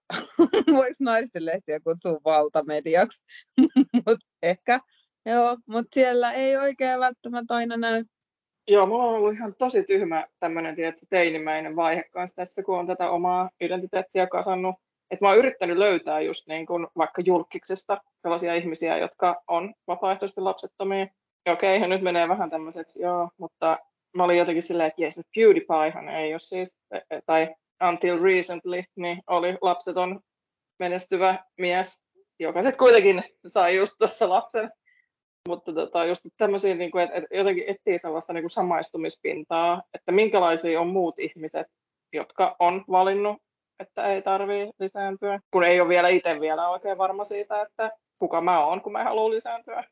voiko naisten lehtiä kutsua valtamediaksi, mutta ehkä, joo, mutta siellä ei oikein välttämättä aina näy. Joo, mulla on ollut ihan tosi tyhmä tämmöinen teinimäinen vaihe kanssa tässä, kun on tätä omaa identiteettiä kasannut. Että mä oon yrittänyt löytää just niin kuin vaikka julkiksesta sellaisia ihmisiä, jotka on vapaaehtoisesti lapsettomia. Ja okei, nyt menee vähän tämmöiseksi, joo, mutta mä olin jotenkin silleen, että jes, PewDiePiehan ei ole siis, tai until recently, niin oli lapseton menestyvä mies, joka sitten kuitenkin sai just tuossa lapsen. Mutta just tämmöisiä, niin kuin, että jotenkin etsii sellaista niin kuin samaistumispintaa, että minkälaisia on muut ihmiset, jotka on valinnut, että ei tarvitse lisääntyä, kun ei ole vielä itse vielä oikein varma siitä, että kuka mä oon, kun mä haluan lisääntyä.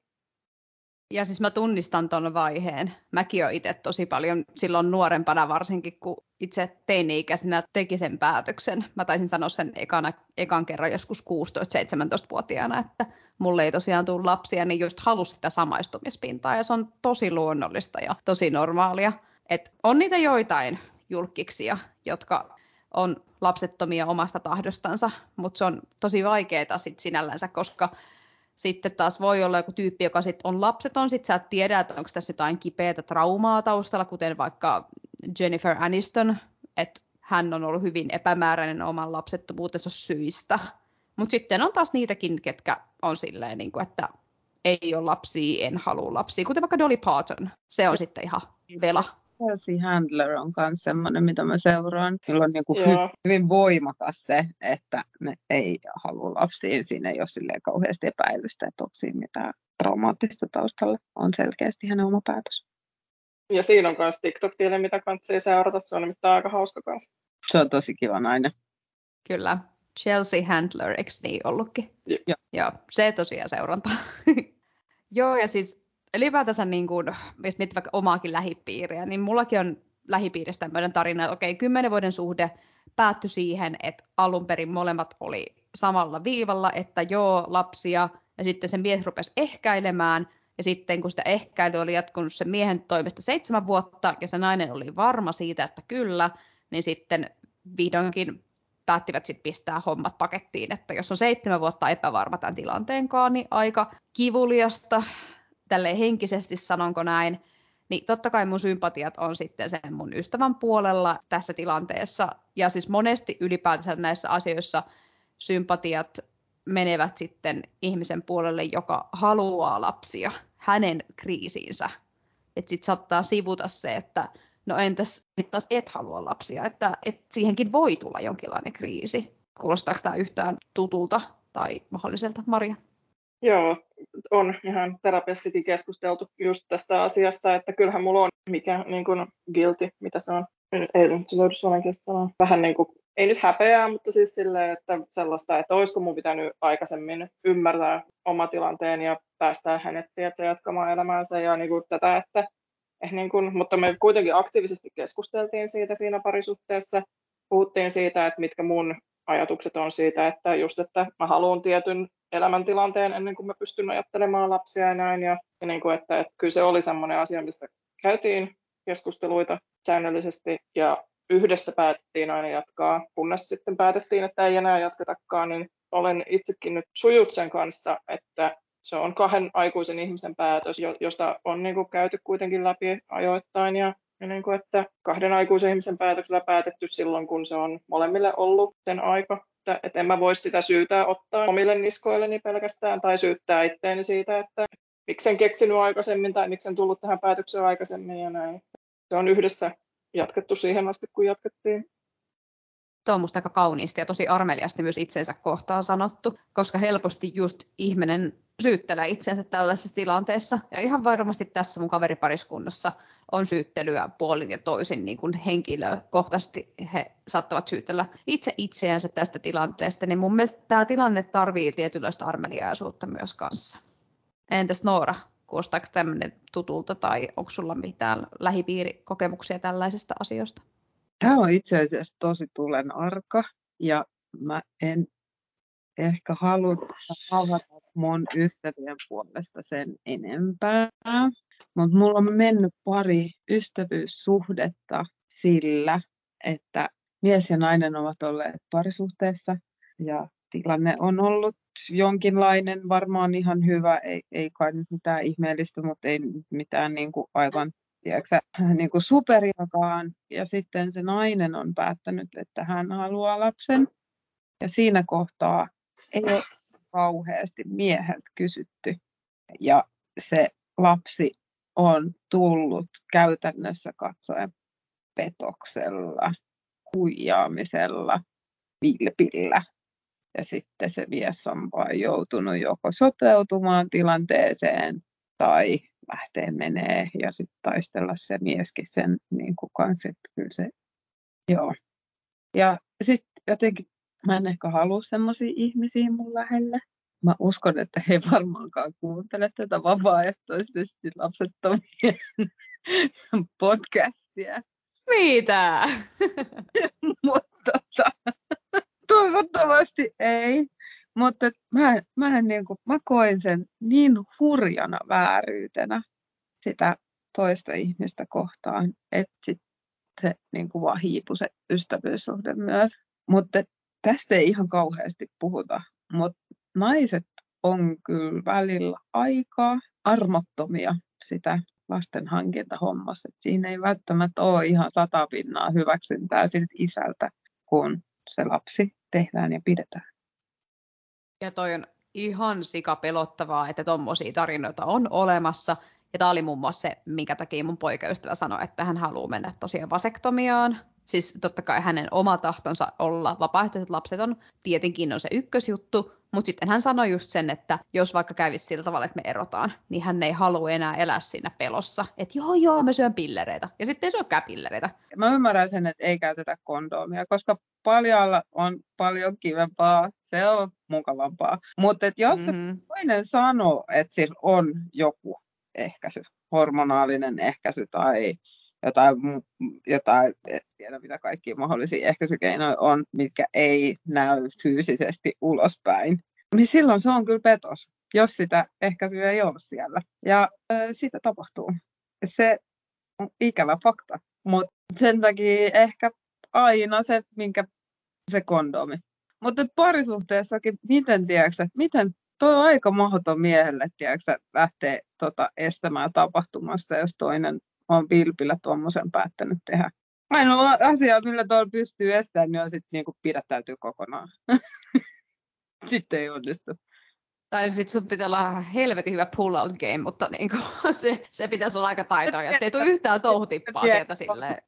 Ja siis mä tunnistan ton vaiheen. Mäkin oon itse tosi paljon silloin nuorempana varsinkin, kun itse teini-ikäisenä teki sen päätöksen. Mä taisin sanoa sen ekan kerran joskus 16-17-vuotiaana, että mulle ei tosiaan tule lapsia, niin just halusi sitä samaistumispintaa. Ja se on tosi luonnollista ja tosi normaalia. Et on niitä joitain julkkiksia, jotka on lapsettomia omasta tahdostansa, mutta se on tosi vaikeaa sit sinällänsä, koska sitten taas voi olla joku tyyppi, joka sit on lapseton, sit sä et tiedä, että onko tässä jotain kipeätä traumaa taustalla, kuten vaikka Jennifer Aniston, että hän on ollut hyvin epämääräinen oman lapsettomuutensa syistä. Mutta sitten on taas niitäkin, ketkä on silleen, niin kuin, että ei ole lapsia, en halua lapsia, kuten vaikka Dolly Parton. Se on sitten ihan vela. Chelsea Handler on myös sellainen, mitä mä seuraan. Sillä on niin kuin hyvin voimakas se, että ne ei halua lapsiin. Siinä ei ole silleen kauheasti epäilystä, että onko siinä mitään traumaattista taustalla. On selkeästi hänen oma päätös. Ja siinä on myös TikTok-tili, mitä kannattaa seurata. Se on nimittäin aika hauska kanssa. Se on tosi kiva nainen. Kyllä. Chelsea Handler, eikö niin ollutkin? Joo, se tosiaan seurantaa. Joo, ja siis ylipäätänsä, niin kun, jos miettii vaikka omaakin lähipiiriä, niin mullakin on lähipiiristä tämmöinen tarina, että 10 vuoden suhde päättyi siihen, että alun perin molemmat oli samalla viivalla, että joo, lapsia, ja sitten se mies rupesi ehkäilemään, ja sitten kun sitä ehkäily oli jatkunut sen miehen toimesta 7 vuotta, ja se nainen oli varma siitä, että kyllä, niin sitten vihdoinkin päättivät sitten pistää hommat pakettiin, että jos on 7 vuotta epävarma tämän tilanteenkaan, niin aika kivuliasta, tälleen henkisesti sanonko näin, niin totta kai mun sympatiat on sitten sen mun ystävän puolella tässä tilanteessa. Ja siis monesti ylipäätänsä näissä asioissa sympatiat menevät sitten ihmisen puolelle, joka haluaa lapsia, hänen kriisiinsä. Että sitten saattaa sivuta se, että no entäs taas et halua lapsia, että siihenkin voi tulla jonkinlainen kriisi. Kuulostaako tämä yhtään tutulta tai mahdolliselta, Maria? Joo, on ihan terapiassakin keskusteltu just tästä asiasta, että kyllähän mulla on mikä niin kuin guilty, mitä se on, ei nyt löydy suomenkielistä sanaa, vähän niin kuin, ei nyt häpeää, mutta siis silleen, että sellaista, että olisiko mun pitänyt aikaisemmin ymmärtää oma tilanteen ja päästää hänet tietysti jatkamaan elämäänsä ja niin kuin tätä, että niin kuin, mutta me kuitenkin aktiivisesti keskusteltiin siitä siinä parisuhteessa, puhuttiin siitä, että mitkä mun ajatukset on siitä, että just, että mä haluan tietyn elämäntilanteen ennen kuin mä pystyn ajattelemaan lapsia ja näin. Ja niin kuin, että kyllä se oli semmoinen asia, mistä käytiin keskusteluita säännöllisesti ja yhdessä päätettiin aina jatkaa, kunnes sitten päätettiin, että ei enää jatketakaan, niin olen itsekin nyt sujut sen kanssa, että se on 2 aikuisen ihmisen päätös, josta on niin kuin käyty kuitenkin läpi ajoittain ja niin kuin, että 2 aikuisen ihmisen päätöksellä päätetty silloin, kun se on molemmille ollut sen aika. Että en mä voi sitä syytä ottaa omille niskoilleni pelkästään tai syyttää itteeni siitä, että miksen keksinyt aikaisemmin tai miksen tullut tähän päätökseen aikaisemmin ja näin. Se on yhdessä jatkettu siihen asti, kun jatkettiin. Tuo on musta aika kauniisti ja tosi armeliasti myös itsensä kohtaan sanottu, koska helposti just ihminen syyttelee itsensä tällaisessa tilanteessa. Ja ihan varmasti tässä mun kaveripariskunnassa on syyttelyä puolin ja toisin, niin kuin henkilökohtaisesti he saattavat syytellä itse itseänsä tästä tilanteesta. Niin mun mielestä tämä tilanne tarvitsee tietynlaista armeliaisuutta myös kanssa. Entäs Noora, kuulostaako tämmöinen tutulta tai onko sulla mitään lähipiirikokemuksia tällaisesta asioista? Tämä on itse asiassa tosi tulen arka ja mä en ehkä halua avata mun ystävien puolesta sen enempää. Mutta mulla on mennyt pari ystävyyssuhdetta sillä, että mies ja nainen ovat olleet parisuhteessa ja tilanne on ollut jonkinlainen, varmaan ihan hyvä, ei kai nyt mitään ihmeellistä, mutta ei mitään niin kuin aivan niin kuin superiakaan. Ja sitten se nainen on päättänyt, että hän haluaa lapsen. Ja siinä kohtaa ei ole kauheasti mieheltä kysytty. Ja se lapsi on tullut käytännössä katsoen petoksella, huijaamisella, vilpillä. Ja sitten se mies on vain joutunut joko sopeutumaan tilanteeseen tai lähtee menee ja sitten taistella se mieskin sen niin kuin kanssa, että kyllä se, joo. Ja sitten jotenkin mä en ehkä halua semmoisia ihmisiä mun lähelle. mä uskon, että he ei varmaankaan kuuntele tätä vapaaehtoisesti lapsettomien podcastia. Mitä? Mutta toivottavasti ei. Mutta mä koin sen niin hurjana vääryytenä sitä toista ihmistä kohtaan, että se niin kuin vaan hiipui se ystävyyssuhde myös. Mutta tästä ei ihan kauheasti puhuta, mutta naiset on kyllä välillä aika armottomia sitä lastenhankintahommassa. Et siinä ei välttämättä ole ihan 100% hyväksyntää siltä isältä, kun se lapsi tehdään ja pidetään. Ja toi on ihan sikapelottavaa, että tommosia tarinoita on olemassa. Ja tää oli muun muassa se, minkä takia mun poikaystävä sanoi, että hän haluaa mennä tosiaan vasektomiaan. Siis totta kai hänen oma tahtonsa olla vapaaehtoiset lapseton tietenkin on se ykkösjuttu, mutta sitten hän sanoi just sen, että jos vaikka kävisi sillä tavalla, että me erotaan, niin hän ei halua enää elää siinä pelossa, että joo, mä syön pillereitä. Ja sitten ei syökään pillereitä. Mä ymmärrän sen, että ei käytetä kondomia, koska paljalla on paljon kivempaa, se on mukavampaa. Mutta jos toinen sanoo, että sillä on joku ehkäisy, hormonaalinen ehkäisy tai jotain, en tiedä mitä kaikkia mahdollisia ehkäisykeinoja on, mitkä ei näy fyysisesti ulospäin, niin silloin se on kyllä petos, jos sitä ehkäisyä ei ole siellä. Ja sitä tapahtuu. Se on ikävä fakta, mutta sen takia ehkä aina se, minkä se kondomi. Mutta parisuhteessakin, miten tuo on aika mahdoton miehelle, lähtee estämään tapahtumasta, jos toinen on vilpillä tuommoisen päättänyt tehdä. Ainoa asia, millä tuolla pystyy estämään, niin on sitten niinku pidättäytyy kokonaan. Sitten ei onnistu. Tai sitten sun pitää olla helvetin hyvä pull-out game, mutta niinku, se pitäisi olla aika taitoa, että ei tule yhtään touhutippaa sieltä silleen.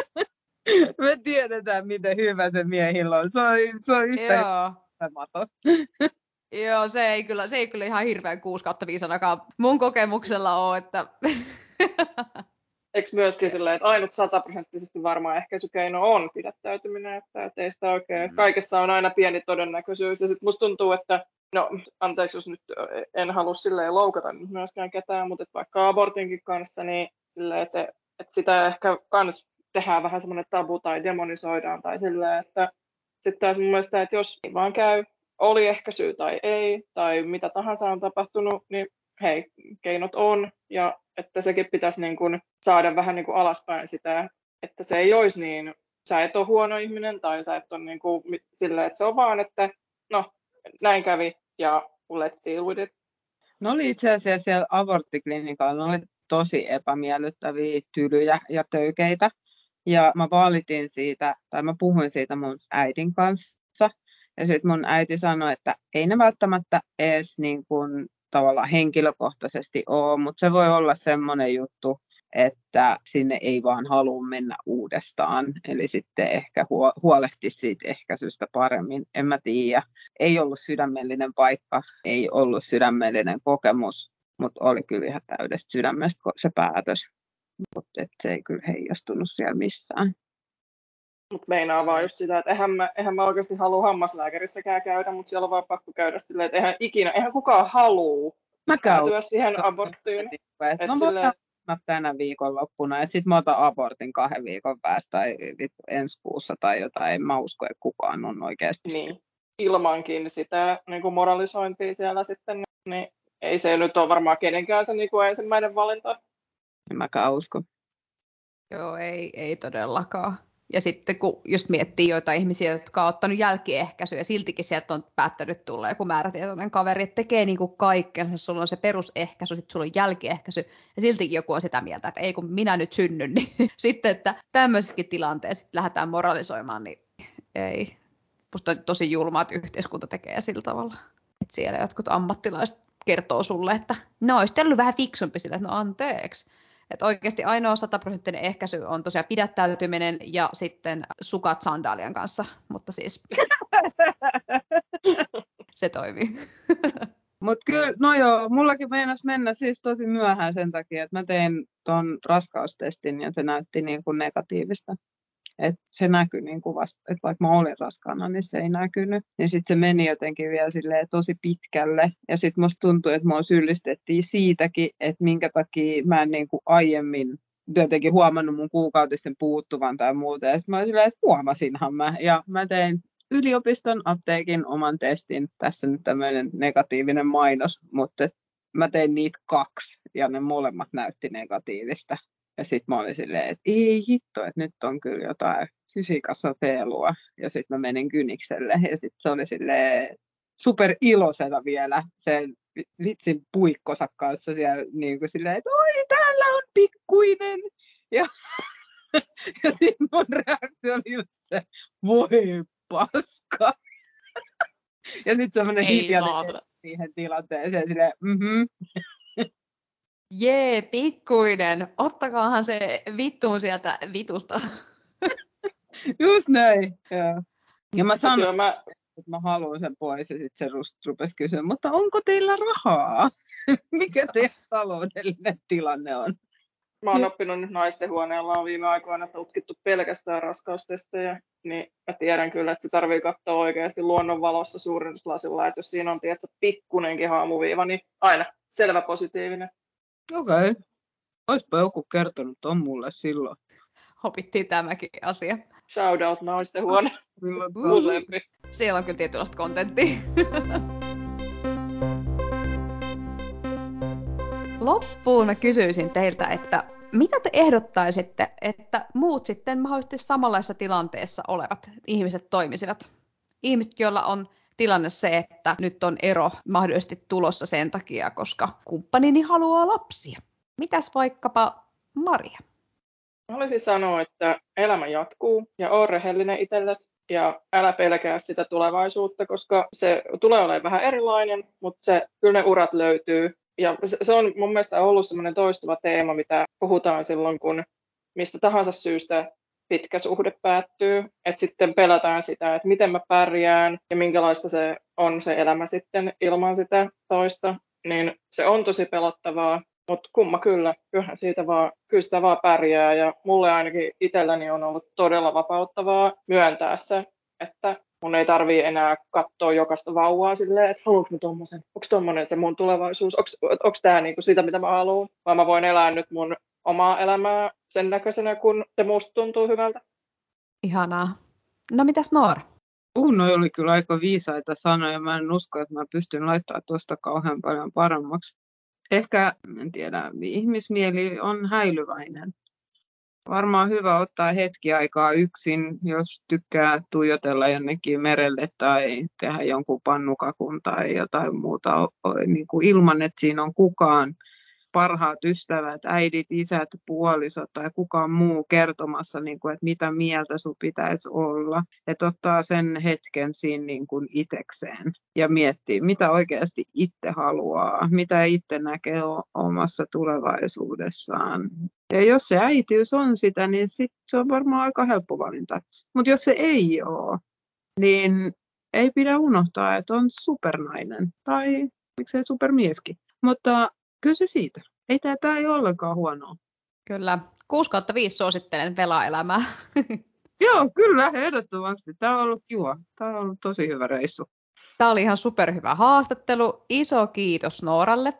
Me tiedetään, miten hyvä se miehillä on. Se on yhtä hyvä. Joo, se ei kyllä ihan hirveän 6/5 ainakaan mun kokemuksella ole, että... Eikö myöskin silleen, että ainut 100% varmaan ehkäisykeino on pidättäytyminen, että ei sitä oikein, kaikessa on aina pieni todennäköisyys. Ja sitten musta tuntuu, että, no anteeksi jos nyt en halua silleen loukata nyt myöskään ketään, mutta että vaikka abortinkin kanssa, niin silleen, että sitä ehkä kans tehdään vähän semmoinen tabu tai demonisoidaan tai silleen, että sitten taas mun mielestä, että jos ei vaan käy, oli ehkäisy tai ei, tai mitä tahansa on tapahtunut, niin hei, keinot on, ja että sekin pitäisi niin kuin saada vähän niin kuin alaspäin sitä, että se ei olisi niin, sä et ole huono ihminen, tai sä et ole niin kuin silleen, että se on vaan, että no, näin kävi, ja let's deal with it. No oli itse asiassa siellä aborttiklinikalla, ne oli tosi epämiellyttäviä, tylyjä ja töykeitä, ja mä valitin siitä, tai mä puhuin siitä mun äidin kanssa, ja sitten mun äiti sanoi, että ei ne välttämättä edes niin kuin tavallaan henkilökohtaisesti ole, mutta se voi olla semmoinen juttu, että sinne ei vaan halua mennä uudestaan. Eli sitten ehkä huolehtisi siitä ehkäisystä paremmin. En mä tiedä. Ei ollut sydämellinen paikka, ei ollut sydämellinen kokemus, mutta oli kyllä ihan täydestä sydämestä se päätös. Mutta se ei kyllä heijastunut siellä missään. Mutta meinaa vaan just sitä, että eihän mä oikeasti halua hammaslääkärissäkään käydä, mutta siellä on vaan pakko käydä silleen, että eihän kukaan halua päätyä siihen aborttiin. No silleen... tänä viikonloppuna, että sitten mä otan abortin 2 viikon päästä tai ensi kuussa tai jotain. En mä usko, että kukaan on oikeasti. Niin, ilmankin sitä niin kuin moralisointia siellä sitten, niin ei se nyt ole varmaan kenenkään se niin kuin ensimmäinen valinta. En mäkään usko. Joo, ei todellakaan. Ja sitten kun just miettii joitain ihmisiä, jotka on ottanut jälkiehkäisyä ja siltikin sieltä on päättänyt tulla joku määrätietoinen kaveri, että tekee niin kuin kaikkensa, sulla on se perusehkäisy, sitten sulla on jälkiehkäisy ja siltikin joku on sitä mieltä, että ei kun minä nyt synnyn, niin sitten, että tämmöisessäkin tilanteessa lähdetään moralisoimaan, niin ei. Musta on tosi julmaa, että yhteiskunta tekee sillä tavalla, että siellä jotkut ammattilaiset kertoo sulle, että no olisi ollut vähän fiksumpi sille, että no anteeksi. Että oikeasti ainoa 100% ehkäisy on tosiaan pidättäytyminen ja sitten sukat sandaalien kanssa, mutta siis se toimii. Mutta kyllä, no joo, mullakin meinasi mennä siis tosi myöhään sen takia, että mä tein ton raskaustestin ja se näytti niin kuin negatiivista. Että se näkyi niin kuin vasta, että vaikka mä olin raskaana, niin se ei näkynyt. Ja sitten se meni jotenkin vielä silleen tosi pitkälle. Ja sitten musta tuntui, että mua syyllistettiin siitäkin, että minkä takia mä en niin kuin aiemmin jotenkin huomannut mun kuukautisten puuttuvan tai muuta. Ja sitten mä olin silleen, että huomasinhan mä. Ja mä tein yliopiston apteekin oman testin. Tässä nyt tämmöinen negatiivinen mainos, mutta mä tein niitä 2 ja ne molemmat näytti negatiivista. Ja sitten mä olin silleen, että ei hitto, että nyt on kyllä jotain fysiikasateelua. Ja sitten mä menin kynikselle ja sitten se oli silleen super iloisena vielä sen vitsin puikkosa kanssa siellä niin kuin silleen, että oi täällä on pikkuinen. Ja sitten mun reaktio oli just se, voi paska. Ja sitten semmoinen hiljainen siihen tilanteeseen silleen, Jee, pikkuinen. Ottakaahan se vittuun sieltä vitusta. Just näin, joo. Ja mä sanoin, että mä haluan sen pois ja sitten se rupesi kysyä, mutta onko teillä rahaa? Mikä teidän taloudellinen tilanne on? Mä oon oppinut nyt naistenhuoneella on viime aikoina tutkittu pelkästään raskaustestejä, niin mä tiedän kyllä, että se tarvii katsoa oikeasti luonnonvalossa suurennuslasilla, että jos siinä on tiedätkö, pikkunenkin haamuviiva, niin aina selvä positiivinen. Okei. Oispa joku kertonut ton mulle silloin. Opittiin tämäkin asia. Shout out naistenhuone. Siellä on kyllä tietynlaista kontenttia. Loppuun mä kysyisin teiltä, että mitä te ehdottaisitte, että muut sitten mahdollisesti samanlaisessa tilanteessa olevat ihmiset toimisivat? Ihmiset, joilla on tilanne se, että nyt on ero mahdollisesti tulossa sen takia, koska kumppanini haluaa lapsia. Mitäs vaikkapa Maria? Mä haluaisin sanoa, että elämä jatkuu ja ole rehellinen itsellesi ja älä pelkää sitä tulevaisuutta, koska se tulee olemaan vähän erilainen, mutta kyllä ne urat löytyy. Ja se on mun mielestä ollut semmoinen toistuva teema, mitä puhutaan silloin, kun mistä tahansa syystä pitkä suhde päättyy. Että sitten pelätään sitä, että miten mä pärjään ja minkälaista se on se elämä sitten ilman sitä toista. Niin se on tosi pelottavaa, mutta kumma kyllä, kyllä sitä vaan pärjää. Ja mulle ainakin itselläni on ollut todella vapauttavaa myöntää se, että mun ei tarvii enää katsoa jokaista vauvaa silleen, että haluanko mä tommosen, onko tommonen se mun tulevaisuus, onko tää niinku sitä, mitä mä haluan, vaan mä voin elää nyt mun omaa elämää sen näköisenä, kun se musta tuntuu hyvältä. Ihanaa. No mitäs Noora? Noi oli kyllä aika viisaita sanoja, mä en usko, että mä pystyn laittamaan tuosta kauhean paljon paremmaksi. Ehkä, en tiedä, ihmismieli on häilyväinen. Varmaan hyvä ottaa hetki aikaa yksin, jos tykkää tuijotella jonnekin merelle tai tehdä jonkun pannukakun tai jotain muuta niin kuin ilman, että siinä on kukaan parhaat ystävät, äidit, isät, puolisot tai kukaan muu kertomassa, niin kuin, että mitä mieltä sun pitäisi olla. Että ottaa sen hetken siinä niin kuin itsekseen ja miettii, mitä oikeasti itse haluaa, mitä itse näkee omassa tulevaisuudessaan. Ja jos se äitiys on sitä, niin sit se on varmaan aika helppo valinta. Mutta jos se ei ole, niin ei pidä unohtaa, että on supernainen tai miksei supermieskin. Mutta kyllä se siitä. Tämä ei ole ollenkaan huonoa. Kyllä. 6/5 suosittelen vela-elämää. Joo, kyllä, ehdottomasti. Tämä on ollut kiva. Tämä on ollut tosi hyvä reissu. Tämä oli ihan superhyvä haastattelu. Iso kiitos Nooralle.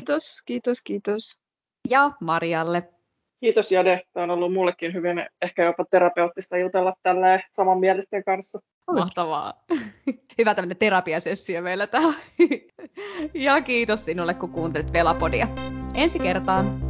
Kiitos. Ja Marialle. Kiitos Jade. Tämä on ollut mullekin hyvin ehkä jopa terapeuttista jutella tälleen samanmielisten kanssa. Mahtavaa. Hyvä tämmöinen terapiasessio meillä täällä. Ja kiitos sinulle, kun kuuntelit Velapodia. Ensi kertaan.